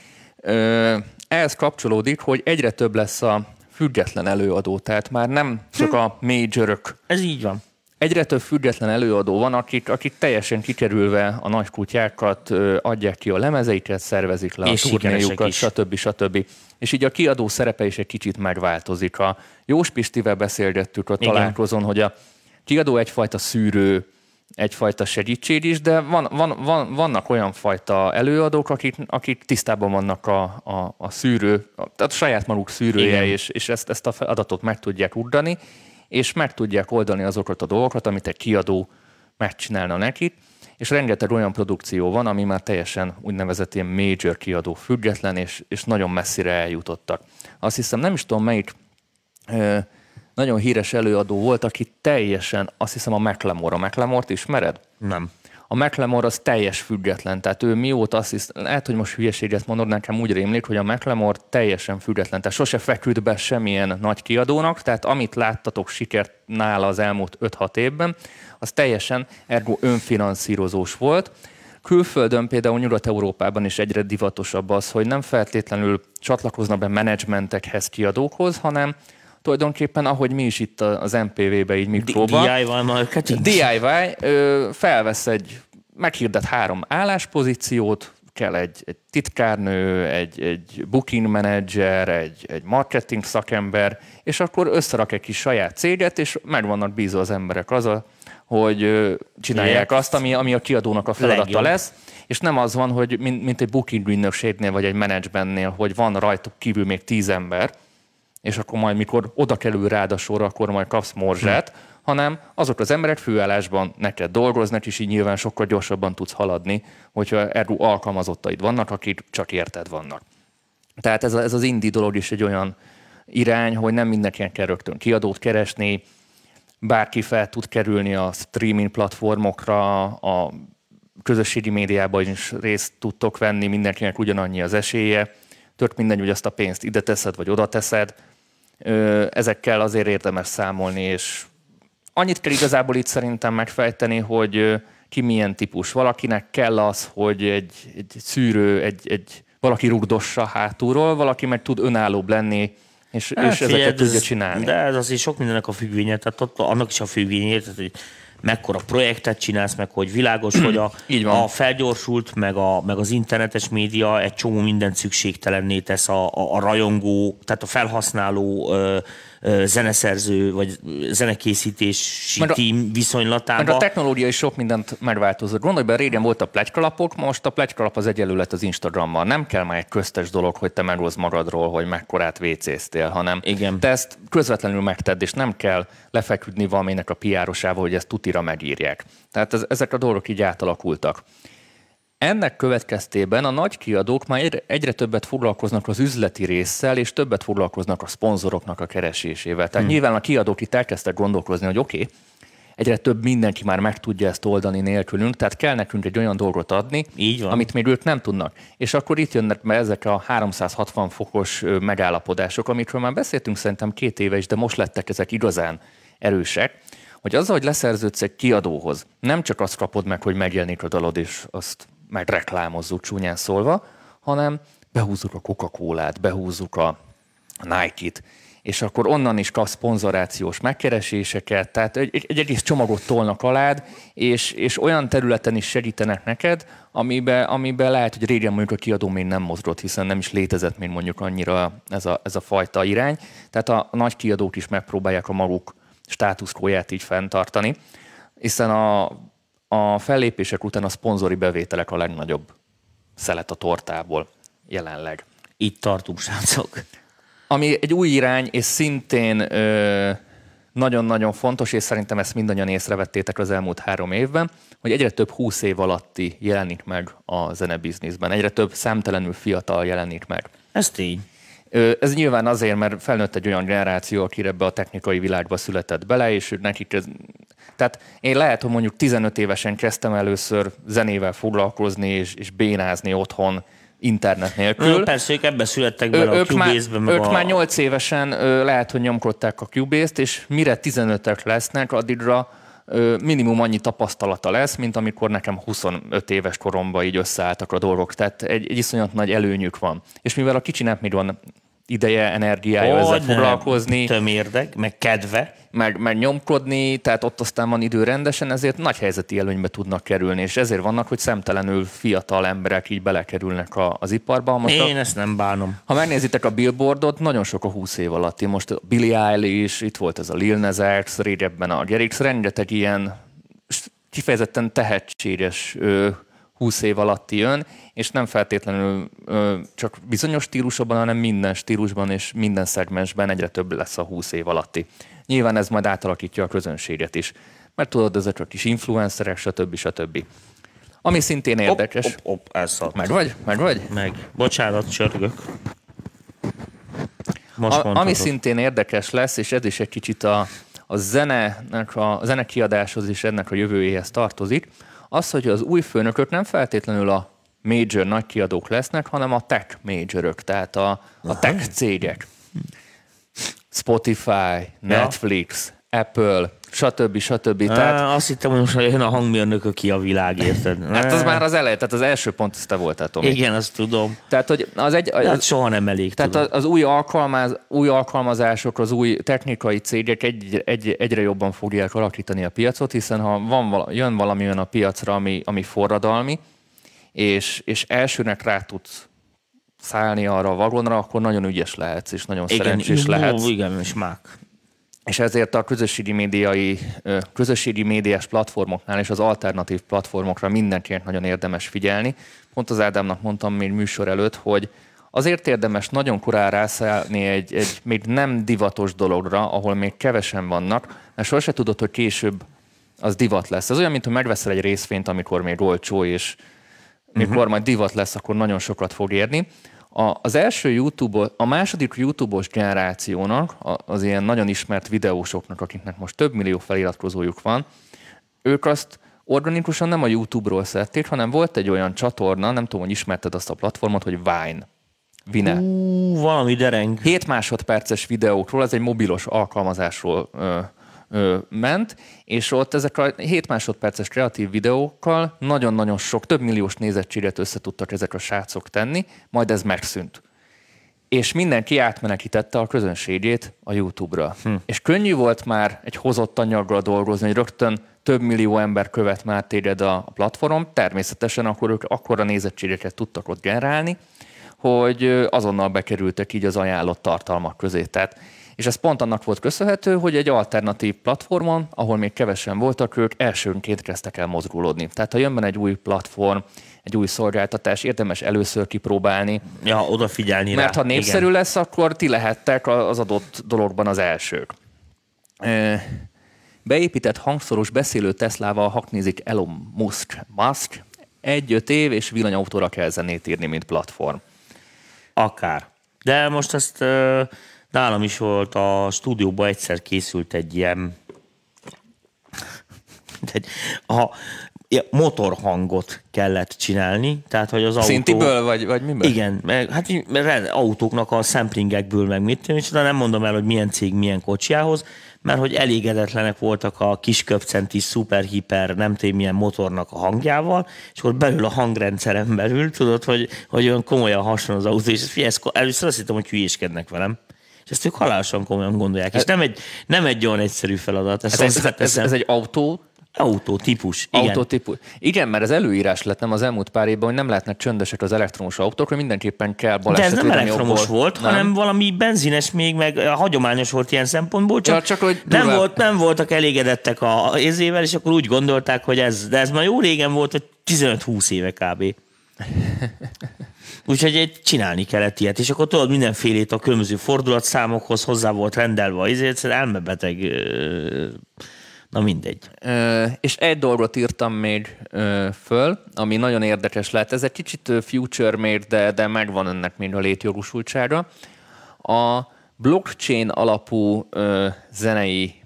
Ehhez kapcsolódik, hogy egyre több lesz a független előadó, tehát már nem csak a majorök. Ez így van. Egyre több független előadó van, akik teljesen kikerülve a nagy kutyákat adják ki a lemezeiket, szervezik le a turnéjukat, stb. És így a kiadó szerepe is egy kicsit megváltozik. A Jós Pistivel beszélgettük a találkozón, hogy a kiadó egyfajta szűrő, egyfajta segítség is, de vannak olyan fajta előadók, akik tisztában vannak a szűrő, tehát a saját maguk szűrője, és ezt a feladatot meg tudják ugrani, és meg tudják oldani azokat a dolgokat, amit egy kiadó megcsinálna nekik, és rengeteg olyan produkció van, ami már teljesen úgynevezett ilyen major kiadó független, és nagyon messzire eljutottak. Azt hiszem, nem is tudom melyik nagyon híres előadó volt, aki teljesen, azt hiszem a Macklemore. A Macklemore-t ismered? Nem. A Macklemore az teljes független, tehát ő mióta azt hiszem, lehet, hogy most hülyeséget mondod, nekem úgy rémlik, hogy a Macklemore teljesen független, tehát sose feküdt be semmilyen nagy kiadónak, tehát amit láttatok sikert nála az elmúlt 5-6 évben, az teljesen ergo önfinanszírozós volt. Külföldön, például Nyugat-Európában is egyre divatosabb az, hogy nem feltétlenül csatlakoznak be menedzsmentekhez, kiadókhoz, hanem tulajdonképpen, ahogy mi is itt az MPV-be így mikróban. DIY marketing? DIY felvesz meghirdet 3 álláspozíciót, kell egy titkárnő, egy booking manager, egy marketing szakember, és akkor összerak egy kis saját céget, és meg vannak bízva az emberek hogy csinálják azt, ami a kiadónak a feladata lesz, és nem az van, hogy mint egy booking ügynökségnél, vagy egy menedzsmentnél, hogy van rajtuk kívül még 10 ember, és akkor majd, mikor oda kerül rád a sorra, akkor majd kapsz morzsát, hanem azok az emberek főállásban neked dolgoznak, és így nyilván sokkal gyorsabban tudsz haladni, hogyha ergo alkalmazottaid vannak, akik csak érted vannak. Tehát ez az indie dolog is egy olyan irány, hogy nem mindenkinek kell rögtön kiadót keresni, bárki fel tud kerülni a streaming platformokra, a közösségi médiában is részt tudtok venni, mindenkinek ugyanannyi az esélye, tök mindegy, hogy azt a pénzt ide teszed, vagy oda teszed. Ezekkel azért érdemes számolni, és annyit kell igazából itt szerintem megfejteni, hogy ki milyen típus. Valakinek kell az, hogy egy szűrő, valaki rugdossa hátulról, valaki meg tud önállóbb lenni, és ezeket tudja csinálni. De ez azért sok mindennek a függvénye, tehát ott annak is a függvénye, hogy mekkora projektet csinálsz, meg hogy világos, hogy a felgyorsult, meg az internetes média egy csomó mindent szükségtelenné tesz a rajongó, tehát a felhasználó zeneszerző, vagy zenekészítési tím viszonylatában. Meg a technológia is sok mindent megváltozott. Gondolj be, régen volt a pletykalapok, most a pletykalap az egyenlő lett az Instagrammal. Nem kell már egy köztes dolog, hogy te meghozz magadról, hogy mekkorát vécéztél, hanem igen. Te ezt közvetlenül megtedd, és nem kell lefeküdni valaminek a PR-osával, hogy ezt tutira megírják. Tehát ezek a dolgok így átalakultak. Ennek következtében a nagy kiadók már egyre többet foglalkoznak az üzleti résszel, és többet foglalkoznak a szponzoroknak a keresésével. Tehát nyilván a kiadók itt elkezdtek gondolkozni, hogy oké, egyre több mindenki már meg tudja ezt oldani nélkülünk, tehát kell nekünk egy olyan dolgot adni, amit még ők nem tudnak. És akkor itt jönnek be ezek a 360 fokos megállapodások, amikről már beszéltünk szerintem 2 éve is, de most lettek ezek igazán erősek, hogy azzal, hogy leszerződsz egy kiadóhoz, nem csak azt kapod meg, hogy megjelenik a dalod, és azt megreklámozzuk csúnyán szólva, hanem behúzzuk a Coca-Colát, behúzzuk a Nike-t, és akkor onnan is kapsz szponzorációs megkereséseket, tehát egy egész csomagot tolnak alád, és olyan területen is segítenek neked, amiben lehet, hogy régen mondjuk a kiadó még nem mozgott, hiszen nem is létezett még mondjuk annyira ez a fajta irány. Tehát a nagy kiadók is megpróbálják a maguk státuszkóját így fenntartani, hiszen a fellépések után a szponzori bevételek a legnagyobb szelet a tortából jelenleg. Itt tartunk, srácok. Ami egy új irány, és szintén nagyon-nagyon fontos, és szerintem ezt mindannyian észrevettétek az elmúlt 3 évben, hogy egyre több 20 év alatti jelenik meg a zenebizniszben. Egyre több számtelenül fiatal jelenik meg. Ez tény. Ez nyilván azért, mert felnőtt egy olyan generáció, aki ebbe a technikai világba született bele, és nekik ez... Tehát én lehet, hogy mondjuk 15 évesen kezdtem először zenével foglalkozni, és bénázni otthon internet nélkül. Persze, ők ebbe születtek bele a Cubase-be. Ők már 8 évesen lehet, hogy nyomkodták a Cubase-t, és mire 15-ök lesznek, addigra minimum annyi tapasztalata lesz, mint amikor nekem 25 éves koromban így összeálltak a dolgok. Tehát egy iszonyat nagy előnyük van. És mivel a kicsinek még van ideje, energiája ezzel foglalkozni. Tömérdek, meg kedve. Meg nyomkodni, tehát ott aztán van idő rendesen, ezért nagy helyzeti előnybe tudnak kerülni, és ezért vannak, hogy szemtelenül fiatal emberek így belekerülnek az iparba. Most én ezt nem bánom. Ha megnézitek a Billboardot, nagyon sok a 20 év alatti. Most a Billie Eilish, itt volt ez a Lil Nas X, régebben a Gerix, rengeteg ilyen kifejezetten tehetséges 20 év alatti jön, és nem feltétlenül csak bizonyos stílusokban, hanem minden stílusban és minden szegmensben egyre több lesz a 20 év alatti. Nyilván ez majd átalakítja a közönséget is, mert tudod, ezek a kis influencerek, stb. Ami szintén érdekes. Elszaladt. Meg vagy? Meg. Bocsánat, csörgök. Ami szintén érdekes lesz, és ez is egy kicsit a zenekiadáshoz és ennek a jövőjéhez tartozik, az, hogy az új főnökök nem feltétlenül a major nagy kiadók lesznek, hanem a tech majorök, tehát a tech cégek. Spotify, Netflix, Apple, stb. Tehát... Azt hittem, hogy most jön a hangmérnök, aki a világ, érted? Hát az már az elején, tehát az első pont, ezt te voltál, Tomi. Igen, azt tudom. Tehát, hogy hát soha nem elég, tehát tudom. Az új alkalmazások, az új technikai cégek egyre jobban fogják alakítani a piacot, hiszen ha jön valami olyan a piacra, ami forradalmi, és elsőnek rá tudsz szállni arra a vagonra, akkor nagyon ügyes lehetsz, és nagyon szerencsés lehetsz. Igen, és mák. És ezért a közösségi médiás platformoknál és az alternatív platformokra mindenkinek nagyon érdemes figyelni. Pont az Ádámnak mondtam még műsor előtt, hogy azért érdemes nagyon korán rászállni egy még nem divatos dologra, ahol még kevesen vannak, mert sose tudod, hogy később az divat lesz. Ez olyan, mint hogy megveszel egy részvényt, amikor még olcsó, és mikor majd divat lesz, akkor nagyon sokat fog érni. A második YouTube-os generációnak, az ilyen nagyon ismert videósoknak, akiknek most több millió feliratkozójuk van, ők azt organikusan nem a YouTube-ról szedték, hanem volt egy olyan csatorna, nem tudom, hogy ismerted azt a platformot, hogy Vine. Valami dereng. 7 másodperces videókról, ez egy mobilos alkalmazásról ment, és ott ezek a 7 másodperces kreatív videókkal nagyon-nagyon sok, több milliós nézettséget össze tudtak ezek a srácok tenni, majd ez megszűnt. És mindenki átmenekítette a közönségét a YouTube-ra. És könnyű volt már egy hozott anyaggal dolgozni, hogy rögtön több millió ember követ már téged a platformon, természetesen akkor ők akkora nézettségeket tudtak ott generálni, hogy azonnal bekerültek így az ajánlott tartalmak közé. Tehát, és ez pont annak volt köszönhető, hogy egy alternatív platformon, ahol még kevesen voltak, ők elsőnként kezdtek el mozgulódni. Tehát ha jön egy új platform, egy új szolgáltatás, érdemes először kipróbálni. Ja, odafigyelni Mert rá. ha népszerű lesz, akkor ti lehettek az adott dologban az elsők. Beépített hangszoros beszélő Teslával haknézik Elon Musk. 1-5 év, és villanyautóra kell zenét írni, mint platform. Akár. De most ezt nálam is volt a stúdióban, egyszer készült egy ilyen motorhangot kellett csinálni, tehát hogy az autó... Szintiből, vagy miből? Igen, hát autóknak a samplingekből, meg mit tudom, és nem mondom el, hogy milyen cég, milyen kocsiához, mert hogy elégedetlenek voltak a kisköpcenti, szuper-hiper, nem tudom milyen motornak a hangjával, és akkor belül a hangrendszeren belül, tudod, hogy olyan komolyan hason az autó, és először azt hittem, hogy hülyéskednek velem. És ezt ők halálosan komolyan gondolják. És nem egy olyan egyszerű feladat. Ez egy autó? Autótípus, igen. Autótípus. Igen, mert az előírás lett nem az elmúlt pár évben, hogy nem lehetnek csöndesek az elektromos autók, hogy mindenképpen kell baleset. De ez nem elektromos volt, nem? hanem valami benzines még, meg hagyományos volt ilyen szempontból, csak hogy nem voltak elégedettek az érzével, és akkor úgy gondolták, hogy de ez már jó régen volt, hogy 15-20 éve kb. Úgyhogy csinálni kellett ilyet, és akkor tudod, mindenfélét a különböző fordulatszámokhoz hozzá volt rendelve az elmebeteg... Na mindegy. És egy dolgot írtam még föl, ami nagyon érdekes lehet. Ez egy kicsit future-made, de megvan ennek még a létjogosultsága. A blockchain alapú zenei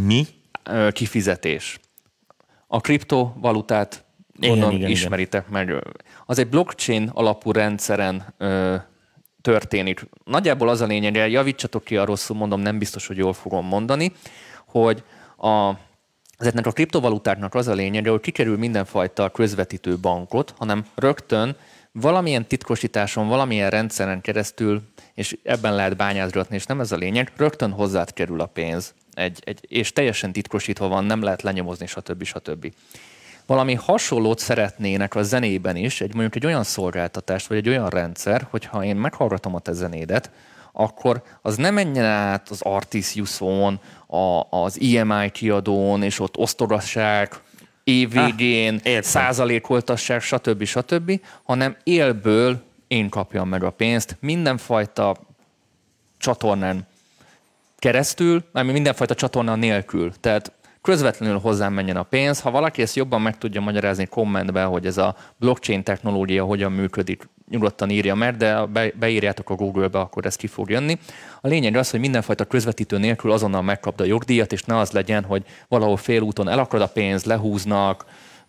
kifizetés. A kriptovalutát ismeritek meg. Az egy blockchain alapú rendszeren történik. Nagyjából az a lényege, javítsatok ki, a rosszul mondom, nem biztos, hogy jól fogom mondani, hogy ezeknek a kriptovalutáknak az a lényege, hogy kikerül mindenfajta közvetítő bankot, hanem rögtön valamilyen titkosításon, valamilyen rendszeren keresztül, és ebben lehet bányázgatni, és nem ez a lényeg, rögtön hozzád kerül a pénz, és teljesen titkosítva van, nem lehet lenyomozni, stb. Valami hasonlót szeretnének a zenében is, mondjuk egy olyan szolgáltatást, vagy egy olyan rendszer, hogyha én meghallgatom a te zenédet, akkor az nem menjen át az Artists-on, az EMI kiadón, és ott osztogassák, évvégén százalékoltassák, stb., hanem élből én kapjam meg a pénzt mindenfajta csatornán keresztül, mármint mindenfajta csatorna nélkül. Tehát közvetlenül hozzám menjen a pénz. Ha valaki ezt jobban meg tudja magyarázni kommentben, hogy ez a blockchain technológia hogyan működik, nyugodtan írja meg, de beírjátok a Google-be, akkor ez ki fog jönni. A lényeg az, hogy mindenfajta közvetítő nélkül azonnal megkapd a jogdíjat, és ne az legyen, hogy valahol félúton elakad a pénz, lehúznak,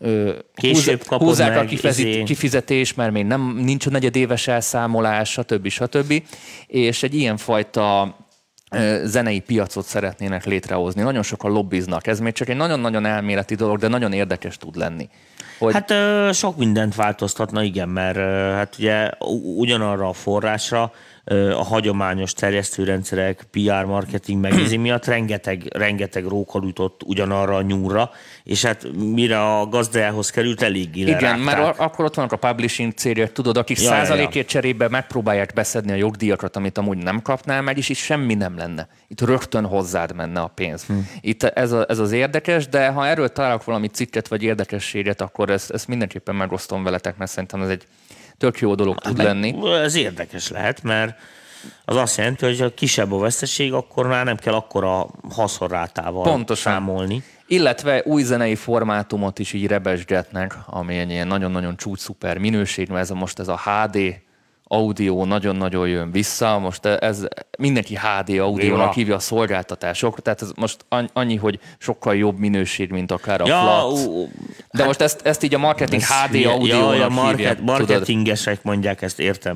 húzzák a kifizetés, mert még nincs a negyedéves elszámolás, stb. És egy ilyenfajta zenei piacot szeretnének létrehozni. Nagyon sokan lobbiznak. Ez még csak egy nagyon-nagyon elméleti dolog, de nagyon érdekes tud lenni. Hogy... Hát sok mindent változtatna, igen, mert hát ugye ugyanarra a forrásra a hagyományos terjesztőrendszerek, PR, marketing megnézi miatt rengeteg róka jutott ugyanarra a nyúlra, és hát mire a gazdájához került, eléggé lerágták. Igen, mert akkor ott vannak a publishing cégek, tudod, akik százalékért cserébe megpróbálják beszedni a jogdíjakat, amit amúgy nem kapnál meg, és itt semmi nem lenne. Itt rögtön hozzád menne a pénz. Itt ez az érdekes, de ha erről találok valami cikket vagy érdekességet, akkor ezt mindenképpen megosztom veletek, mert szerintem ez egy tök jó dolog tud lenni. Ez érdekes lehet, mert az azt jelenti, hogy ha kisebb a veszteség, akkor már nem kell akkora haszonrátával számolni. Illetve új zenei formátumot is így rebesgetnek, ami egy ilyen nagyon-nagyon csúcs-szuper minőség, mert most ez a HD audio nagyon-nagyon jön vissza. Most mindenki HD audiónak hívja a szolgáltatások, tehát ez most annyi, hogy sokkal jobb minőség, mint akár a flat. De most ezt így a marketing HD audiónak hívják. Marketingesek mondják, ezt értem.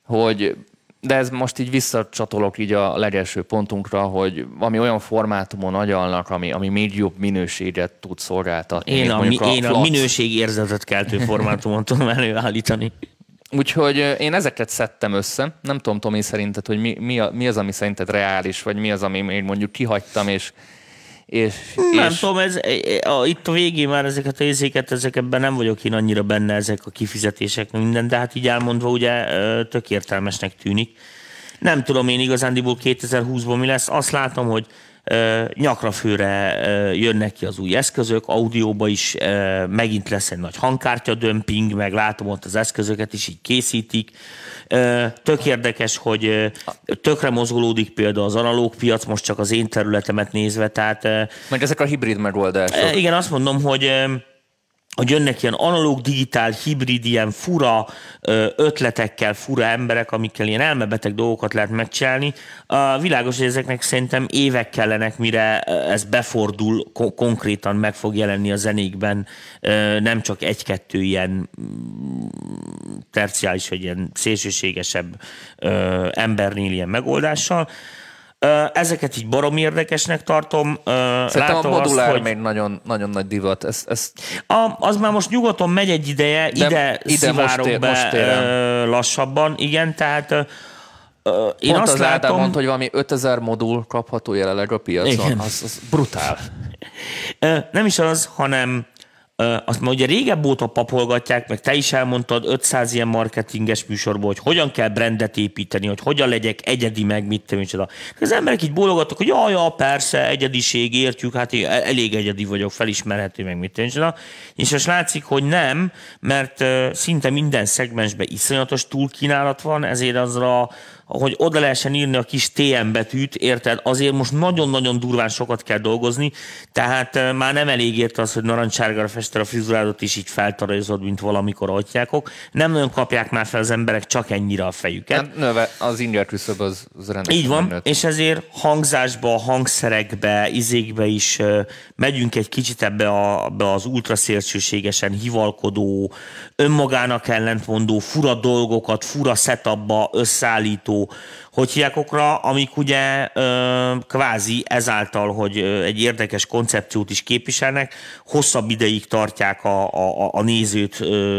De ez most így visszacsatolok így a legelső pontunkra, hogy valami olyan formátumon agyalnak, ami még jobb minőséget tud szolgáltatni. Én a minőségérzetet keltő formátumon tudom előállítani. Úgyhogy én ezeket szedtem össze. Nem tudom, Tomi, szerinted, hogy mi az, ami szerinted reális, vagy mi az, ami még mondjuk kihagytam, Nem tudom, itt a végén már ezeket a érzéket, ezekben nem vagyok én annyira benne, ezek a kifizetések, minden, de hát így elmondva ugye tök értelmesnek tűnik. Nem tudom én igazándiból 2020-ban mi lesz. Azt látom, hogy nyakrafőre jönnek ki az új eszközök, audióba is megint lesz egy nagy hangkártya dömping, meg látom ott az eszközöket is így készítik. Tök érdekes, hogy tökre mozgolódik például az analóg piac, most csak az én területemet nézve, tehát... Meg ezek a hibrid megoldások. Igen, azt mondom, hogy jönnek ilyen analóg, digitál, hibrid, ilyen fura ötletekkel, fura emberek, amikkel ilyen elmebeteg dolgokat lehet megcsinálni. Világos, hogy ezeknek szerintem évek kellenek, mire ez befordul, konkrétan meg fog jelenni a zenékben, nem csak egy-kettő ilyen terciális, vagy ilyen szélsőségesebb embernél ilyen megoldással. Ezeket így baromi érdekesnek tartom. Szerintem a modulár hogy még nagyon, nagyon nagy divat. Az már most nyugaton megy egy ideje, ide szivárok be lassabban. Igen, tehát én azt látom... Ádám mondta, hogy valami 5000 modul kapható jelenleg a piacon. Az brutál. Nem is az, hanem azt már ugye régebb óta papolgatják, meg te is elmondtad 500 ilyen marketinges műsorból, hogy hogyan kell brandet építeni, hogy hogyan legyek egyedi, meg mit te micsoda. Az emberek így bólogattak, hogy ja, persze, egyediség, értjük, hát én elég egyedi vagyok, felismerhető, meg mit te micsoda. És most látszik, hogy nem, mert szinte minden szegmensben iszonyatos túlkínálat van, ezért azra, hogy oda lehessen írni a kis TM betűt, érted? Azért most nagyon-nagyon durván sokat kell dolgozni, tehát már nem elég érte az, hogy narancsárgára fested a frizurádot, és így feltarajozod, mint valamikor atyákok. Nem nagyon kapják már fel az emberek csak ennyire a fejüket. Növe, az inger küszöb az rendesen. Így van, és ezért hangzásba, hangszerekbe, izékbe is megyünk egy kicsit ebbe az ultraszélsőségesen hivalkodó, önmagának ellentmondó, fura dolgokat, fura setupba összeállító, hogy hívjákokra, amik ugye kvázi ezáltal, hogy egy érdekes koncepciót is képviselnek, hosszabb ideig tartják a nézőt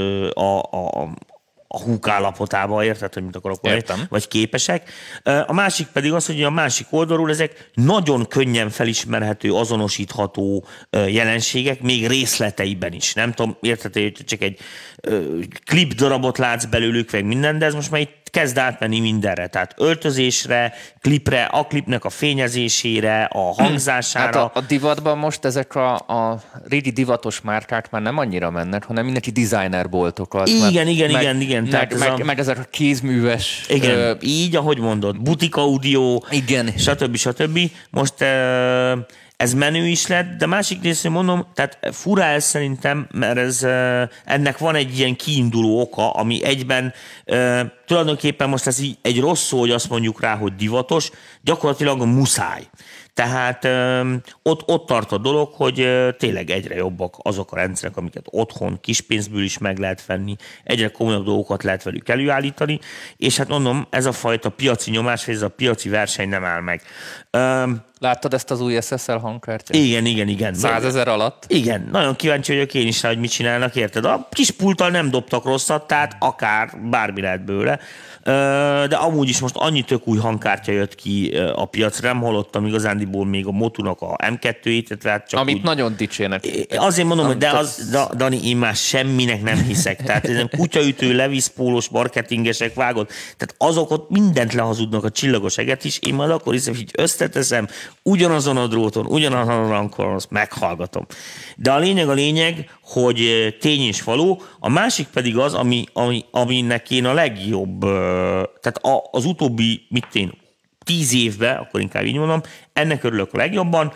a húk állapotába, érted, hogy mit akarok mondani, vagy képesek. A másik pedig az, hogy a másik oldalról ezek nagyon könnyen felismerhető, azonosítható jelenségek, még részleteiben is. Nem tudom, érted, hogy csak egy klip darabot látsz belőlük, meg minden, de ez most már itt kezd átmenni mindenre. Tehát öltözésre, klipre, a klipnek a fényezésére, a hangzására. Hát a divatban most ezek a régi divatos márkák már nem annyira mennek, hanem mindenki designerboltokat. Igen. Meg ezek a kézműves... Igen, így, ahogy mondod, butik audio, igen. Stb. Most ez menő is lett, de másik részén mondom, tehát fura ez szerintem, mert ennek van egy ilyen kiinduló oka, ami egyben tulajdonképpen most ez így egy rossz szó, hogy azt mondjuk rá, hogy divatos, gyakorlatilag muszáj. Tehát ott tart a dolog, hogy tényleg egyre jobbak azok a rendszerek, amiket otthon kispénzből is meg lehet venni, egyre komolyabb dolgokat lehet velük előállítani, és hát mondom, ez a fajta piaci nyomás, vagy ez a piaci verseny nem áll meg. Láttad ezt az új SSL hangkártyát? Igen. 100 000 alatt? Igen, nagyon kíváncsi vagyok én is rá, hogy mit csinálnak, érted? A kis pulttal nem dobtak rosszat, tehát akár bármi lehet bőle. De amúgy is most annyi tök új hangkártya jött ki a piacra, nem hallottam igazándiból még a Motunak a M2-ét. Tehát csak amit úgy... nagyon dicsének. Azért mondom, hogy Dani, én már semminek nem hiszek. Tehát ezen kutyaütő, leviszpólós marketingesek vágott. Tehát azok ott mindent lehazudnak, a csillagos eget is. Én majd akkor hiszem, hogy összeteszem, ugyanazon a dróton, ugyanazon a rankoron, azt meghallgatom. De a lényeg, hogy tény és való, a másik pedig az, aminek én a legjobb, tehát az utóbbi, 10 évben, akkor inkább így mondom, ennek örülök a legjobban,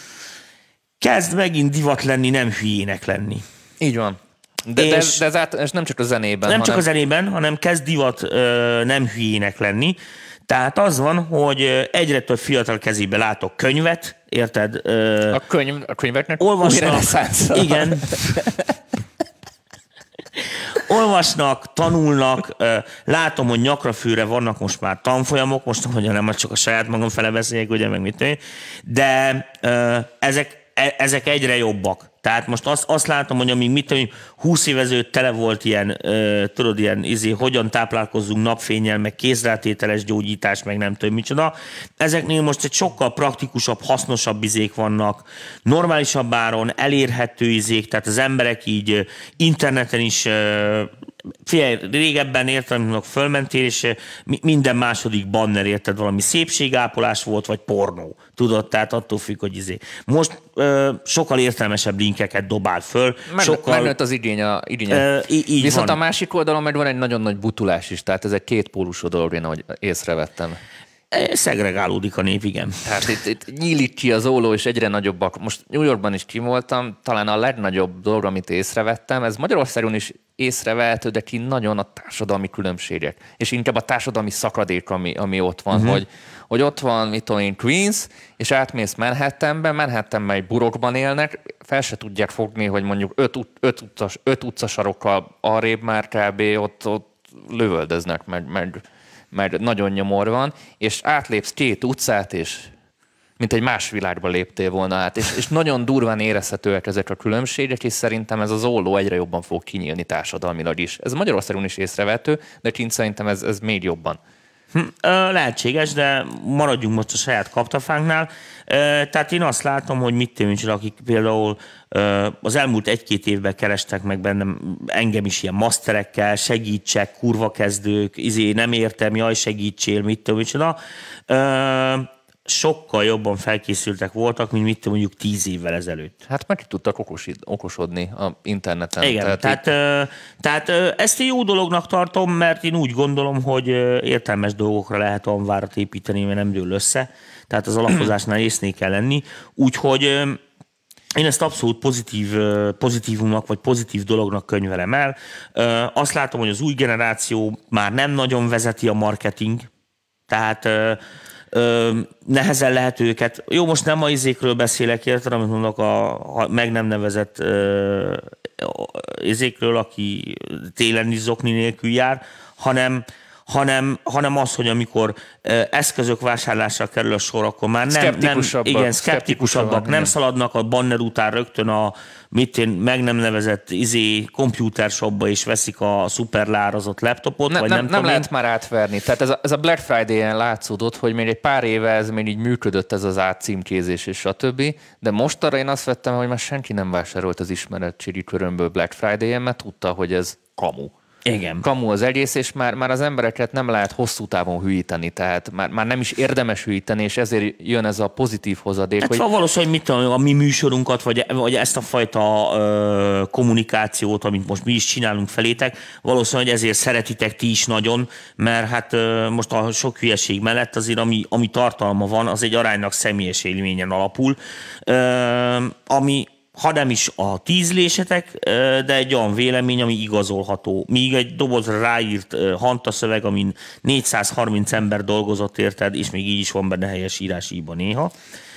kezd megint divat lenni, nem hülyének lenni. Így van. De ez nem csak a zenében. Nem csak a zenében, hanem kezd divat nem hülyének lenni. Tehát az van, hogy egyre több fiatal kezébe látok könyvet, érted? A könyveknek olvasnak, igen. Olvasnak, tanulnak, látom, hogy nyakrafőre vannak most már tanfolyamok, most hogy nem csak a saját magam fele beszéljek, ugye, meg mit, de ezek egyre jobbak. Tehát most azt látom, hogy amíg 20 év ezelőtt tele volt ilyen, tudod, ilyen hogyan táplálkozzunk napfénnyel, meg kézrátételes gyógyítás, meg nem tudom micsoda. Ezeknél most egy sokkal praktikusabb, hasznosabb izék vannak, normálisabb áron, elérhető izék, tehát az emberek így interneten is figyelj, régebben értelemben fölmentél, és minden második banner, érted, valami szépségápolás volt, vagy pornó. Tudod, tehát attól függ, hogy Most sokkal értelmesebb linkeket dobál föl. Megnőtt az igénye. Viszont van. A másik oldalon meg van egy nagyon nagy butulás is, tehát ez egy kétpólusú dolog, én ahogy észrevettem. Szegregálódik a nép, igen. Tehát itt nyílik ki az óló, és egyre nagyobbak. Most New Yorkban is kimoltam, talán a legnagyobb dolog, amit észrevettem, ez Magyarországon is észrevehető, de ki nagyon a társadalmi különbségek. És inkább a társadalmi szakadék, ami ott van, hogy ott van, mit tudom én, Queens, és átmész Manhattanben egy burokban élnek, fel se tudják fogni, hogy mondjuk 5 utcasarokkal arrébb már kb. Ott lövöldöznek, meg nagyon nyomor van, és átlépsz 2 utcát, és mint egy más világba léptél volna át, és nagyon durván érezhetőek ezek a különbségek, és szerintem ez az olló egyre jobban fog kinyílni társadalmilag is. Ez Magyarországon is észrevehető, de kint szerintem ez még jobban. Lehetséges, de maradjunk most a saját kaptafánknál. Tehát én azt látom, hogy mit tűncs, akik például az elmúlt 1-2 évben kerestek meg bennem engem is ilyen masterekkel, segítsek, kurva kezdők, nem értem, jaj segítsél, mit tudom, micsoda. Sokkal jobban felkészültek voltak, mint mondjuk 10 évvel ezelőtt. Hát meg tudtak okosodni a interneten. Igen, tehát ezt egy jó dolognak tartom, mert én úgy gondolom, hogy értelmes dolgokra lehet olyan várat építeni, mert nem dől össze. Tehát az alapozásnál észnél kell lenni. Úgyhogy én ezt abszolút pozitívumnak, vagy pozitív dolognak könyvelem el. Azt látom, hogy az új generáció már nem nagyon vezeti a marketing, tehát nehezen lehet őket. Jó, most nem a izékről beszélek, érted, amit mondok a meg nem nevezett izékről, aki télen is zokni nélkül jár, hanem az, hogy amikor eszközök vásárlásra kerül a sor, akkor már szkeptikusabbak, nem szaladnak a banner után rögtön a meg nem nevezett computershopba és veszik a szuperlárazott laptopot, vagy nem lehet már átverni. Tehát ez a Black Friday-en látszódott, hogy még egy pár éve ez még így működött, ez az átcímkézés és stb. De most arra én azt vettem, hogy már senki nem vásárolt az ismeretségi körömből Black Friday-en, mert tudta, hogy ez kamu. Igen. Kamu az egész, és már az embereket nem lehet hosszú távon hűíteni, tehát már nem is érdemes hűíteni, és ezért jön ez a pozitív hozadék. Hát hogy... valószínűleg mit tudom, a mi műsorunkat, vagy ezt a fajta kommunikációt, amit most mi is csinálunk felétek, valószínűleg ezért szeretitek ti is nagyon, mert hát most a sok hülyeség mellett azért, ami tartalma van, az egy aránylag személyes élményen alapul, ami ha nem is a 10 lésetek, de egy olyan vélemény, ami igazolható. Míg egy dobozra ráírt hantaszöveg, amin 430 ember dolgozott, érted, és még így is van benne helyesírás íba néha.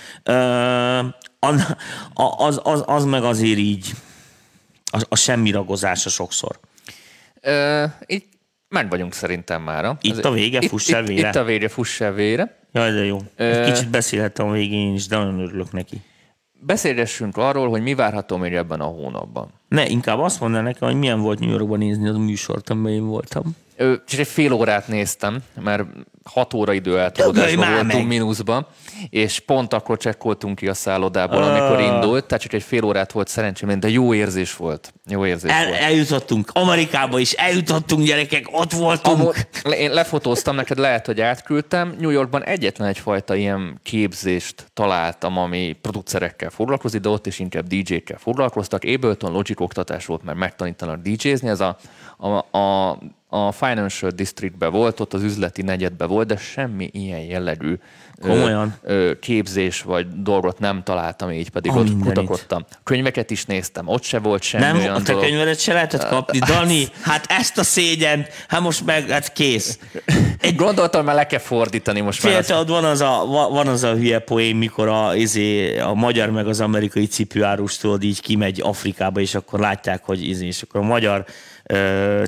Az meg azért így a semmi ragozása sokszor. Itt meg vagyunk szerintem mára. Itt a vége, fuss el vére. Itt a vége, fuss el vére. Jaj, de jó. Kicsit beszélhettem a végén is, de nagyon örülök neki. Beszélgessünk arról, hogy mi várható még ebben a hónapban. Ne, inkább azt mondd nekem, hogy milyen volt New Yorkban nézni az műsort, amiben én voltam. Csak egy fél órát néztem, mert 6 óra időeltolódásban voltunk mínuszban, és pont akkor csekkoltunk ki a szállodából, amikor indult, tehát csak egy fél órát volt szerencsém, de jó érzés volt. Eljutottunk Amerikába is, eljutottunk gyerekek, ott voltunk. Én lefotóztam, neked lehet, hogy átküldtem. New Yorkban egyetlen egyfajta ilyen képzést találtam, ami producerekkel foglalkozik, de ott is inkább DJ-kkel foglalkoztak. Ableton Logic oktatás volt, mert megtanítanak DJ-zni, ez a Financial Districtben volt, ott az üzleti negyedben volt, de semmi ilyen jellegű képzés vagy dolgot nem találtam, így pedig ott kutakodtam. Könyveket is néztem, ott se volt semmi nem, olyan dolog. Nem, a könyvedet se lehetett kapni, Dani, hát ezt a szégyent, hát most meg, hát kész. Gondoltam, mert le kell fordítani most már. Fiatal, van az a hülye poén, mikor a magyar meg az amerikai cipőárus tudod, így kimegy Afrikába, és akkor látják, hogy és akkor a magyar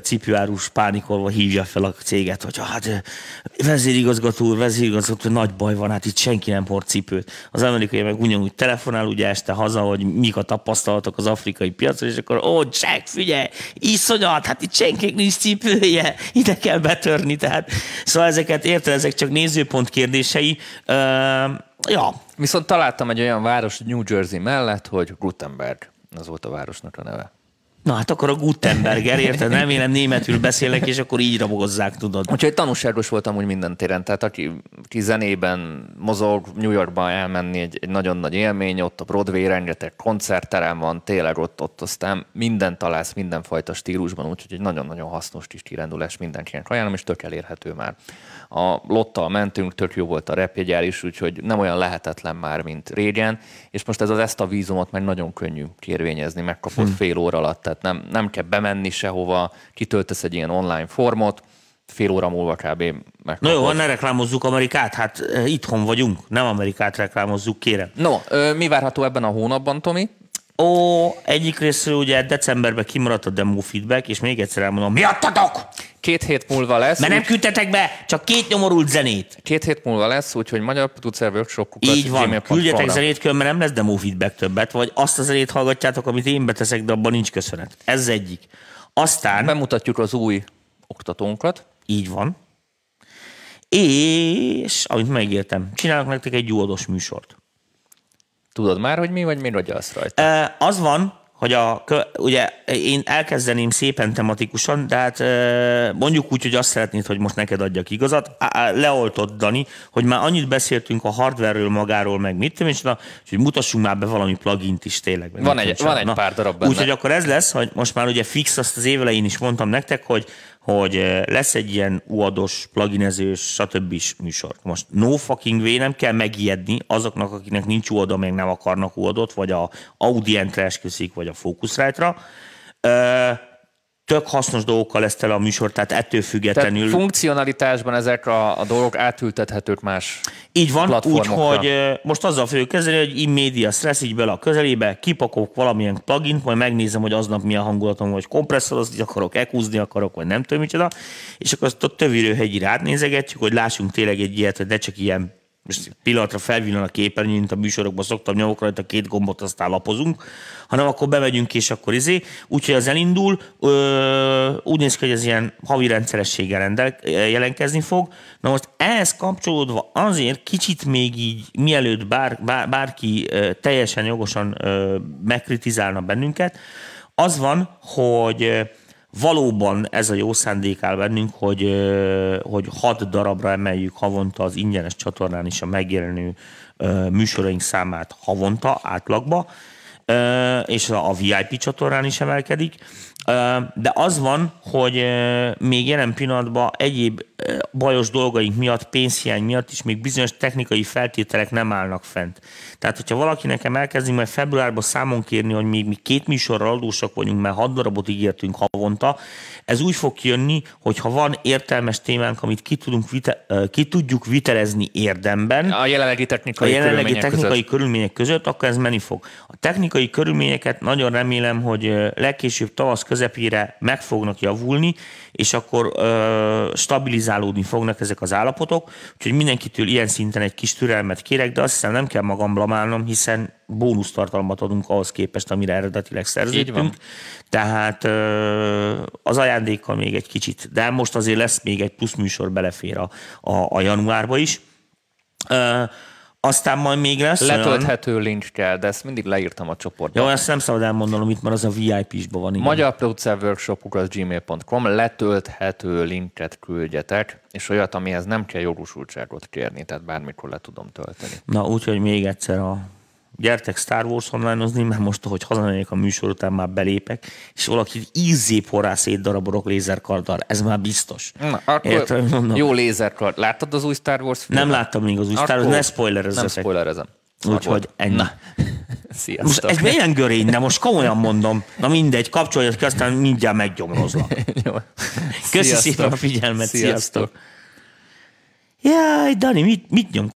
cipőárus pánikolva hívja fel a céget, hogy hát vezérigazgató, nagy baj van, hát itt senki nem hord cipőt. Az amerikai meg ugyanúgy telefonál ugye este haza, hogy mik a tapasztalatok az afrikai piacon, és akkor Jack, figyelj, iszonyat, hát itt senkinek nincs cipője, ide kell betörni, tehát szóval ezeket érted, ezek csak nézőpont kérdései. Ja. Viszont találtam egy olyan város New Jersey mellett, hogy Gutenberg. Az volt a városnak a neve. Na hát akkor a Gutenberger, érted? Remélem németül beszélnek, és akkor így rabogozzák, tudod. Úgyhogy tanulságos voltam úgy minden téren. Tehát aki zenében mozog, New Yorkban elmenni egy nagyon nagy élmény, ott a Broadway rengeteg koncertterem van, tényleg ott aztán minden találsz, mindenfajta stílusban, úgyhogy egy nagyon-nagyon hasznos kis kirándulás mindenkinek ajánlom, és tök elérhető már. A Lottal mentünk, tök jó volt a repjegyár is, úgyhogy nem olyan lehetetlen már, mint régen, és most ezt a vízumot már nagyon könnyű kérvényezni, megkapod fél óra alatt, tehát nem kell bemenni sehova, kitöltesz egy ilyen online formot, fél óra múlva kb. Megkapod. Na jó, ne reklámozzuk Amerikát, hát itthon vagyunk, nem Amerikát reklámozzuk, kérem. No, mi várható ebben a hónapban, Tomi? Egyik részről ugye decemberben kimaradt a demo feedback, és még egyszer elmondom, miattatok! 2 hét múlva lesz. Mert nem küldtetek be, csak 2 nyomorult zenét. 2 hét múlva lesz, úgyhogy magyar producer workshopokat. Így van, küldjetek zenét, különben nem lesz demo feedback többet, vagy azt a zenét hallgatjátok, amit én beteszek, de abban nincs köszönet. Ez egyik. Aztán... bemutatjuk az új oktatónkat. Így van. És, amit megértem, csinálok nektek egy duodos műsort. Tudod már, hogy mi, vagy mi ragyalsz rajta? Az van, hogy ugye én elkezdeném szépen tematikusan, de hát mondjuk úgy, hogy azt szeretnéd, hogy most neked adjak igazat. Leoltott Dani, hogy már annyit beszéltünk a hardware-ről magáról, meg mit tudom, és hogy mutassunk már be valami plugint is tényleg. Van egy pár darab benne. Úgyhogy akkor ez lesz, hogy most már ugye fix, azt az év elején is mondtam nektek, hogy lesz egy ilyen UAD-os, pluginezős, stb. Műsor. Most no fucking way, nem kell megijedni azoknak, akiknek nincs UAD-a, még nem akarnak UAD-ot, vagy a Audient-re esküszik, vagy a Focusrite-ra. Tök hasznos dolgokkal lesz tele a műsor, tehát ettől függetlenül... Tehát funkcionalitásban ezek a dolgok átültethetők más így van, platformokra. úgyhogy most azzal fogjuk kezdeni, hogy immédia stressz így bele a közelébe, kipakolok valamilyen plugint, majd megnézem, hogy aznap milyen hangulatom, hogy kompresszorozni akarok, ekúzni akarok, vagy nem tudom micsoda, és akkor azt ott Tövirőhegyire átnézegetjük, hogy lássunk tényleg egy ilyet, hogy ne csak ilyen most pillanatra felvillan a képernyőn, mint a műsorokban szoktam, nyomok rajta 2 gombot, aztán lapozunk, hanem akkor bemegyünk, és akkor úgyhogy az elindul, úgy néz ki, hogy ez ilyen havi rendszerességgel jelentkezni fog. Na most ehhez kapcsolódva azért kicsit még így, mielőtt bárki teljesen jogosan megkritizálna bennünket, az van, hogy valóban ez a jó szándék áll bennünk, hogy 6 darabra emeljük havonta az ingyenes csatornán is a megjelenő műsoraink számát havonta átlagba, és a VIP csatornán is emelkedik. De az van, hogy még jelen pillanatban egyéb bajos dolgaink miatt, pénzhiány miatt is még bizonyos technikai feltételek nem állnak fent. Tehát, hogyha valaki nekem elkezdi majd februárban számon kérni, hogy még mi 2 műsorral adósak vagyunk, mert 6 darabot ígértünk havonta, ez úgy fog kijönni, hogy ha van értelmes témánk, amit ki tudjuk vitelezni érdemben, a jelenlegi technikai körülmények között, akkor ez menni fog. A technikai körülményeket nagyon remélem, hogy legkésőbb tavasz közepére meg fognak javulni, és akkor stabilizálódni fognak ezek az állapotok, úgyhogy mindenkitől ilyen szinten egy kis türelmet kérek, de azt hiszem nem kell magam blamálnom, hiszen bónusztartalmat adunk ahhoz képest, amire eredetileg szerződtünk. Tehát az ajándékkal még egy kicsit, de most azért lesz még egy plusz műsor, belefér a januárba is. Aztán majd még lesz letölthető link kell, de ezt mindig leírtam a csoportban. Jó, ezt nem szabad elmondanom, itt már az a VIP-sban van. Igen. Magyar Producer Workshop@gmail.com, letölthető linket küldjetek, és olyat, amihez nem kell jogosultságot kérni, tehát bármikor le tudom tölteni. Na, úgyhogy még egyszer gyertek Star Wars online-ozni, mert most, ahogy hazamegyek a műsor után, már belépek, és valaki ízzép horrá szétdarabolok lézerkarddal. Ez már biztos. Na, akkor jó lézerkard. Láttad az új Star Wars filmet? Nem láttam még az új Star Wars, ne spoilerezzetek. Nem spoilerezem. Úgyhogy ennyi. Na. Sziasztok. Most ez milyen görény, de most komolyan mondom. Na mindegy, kapcsoljatok ki, aztán mindjárt meggyomrozlak. Köszi szépen a figyelmet. Sziasztok. Jaj, Dani, mit nyom?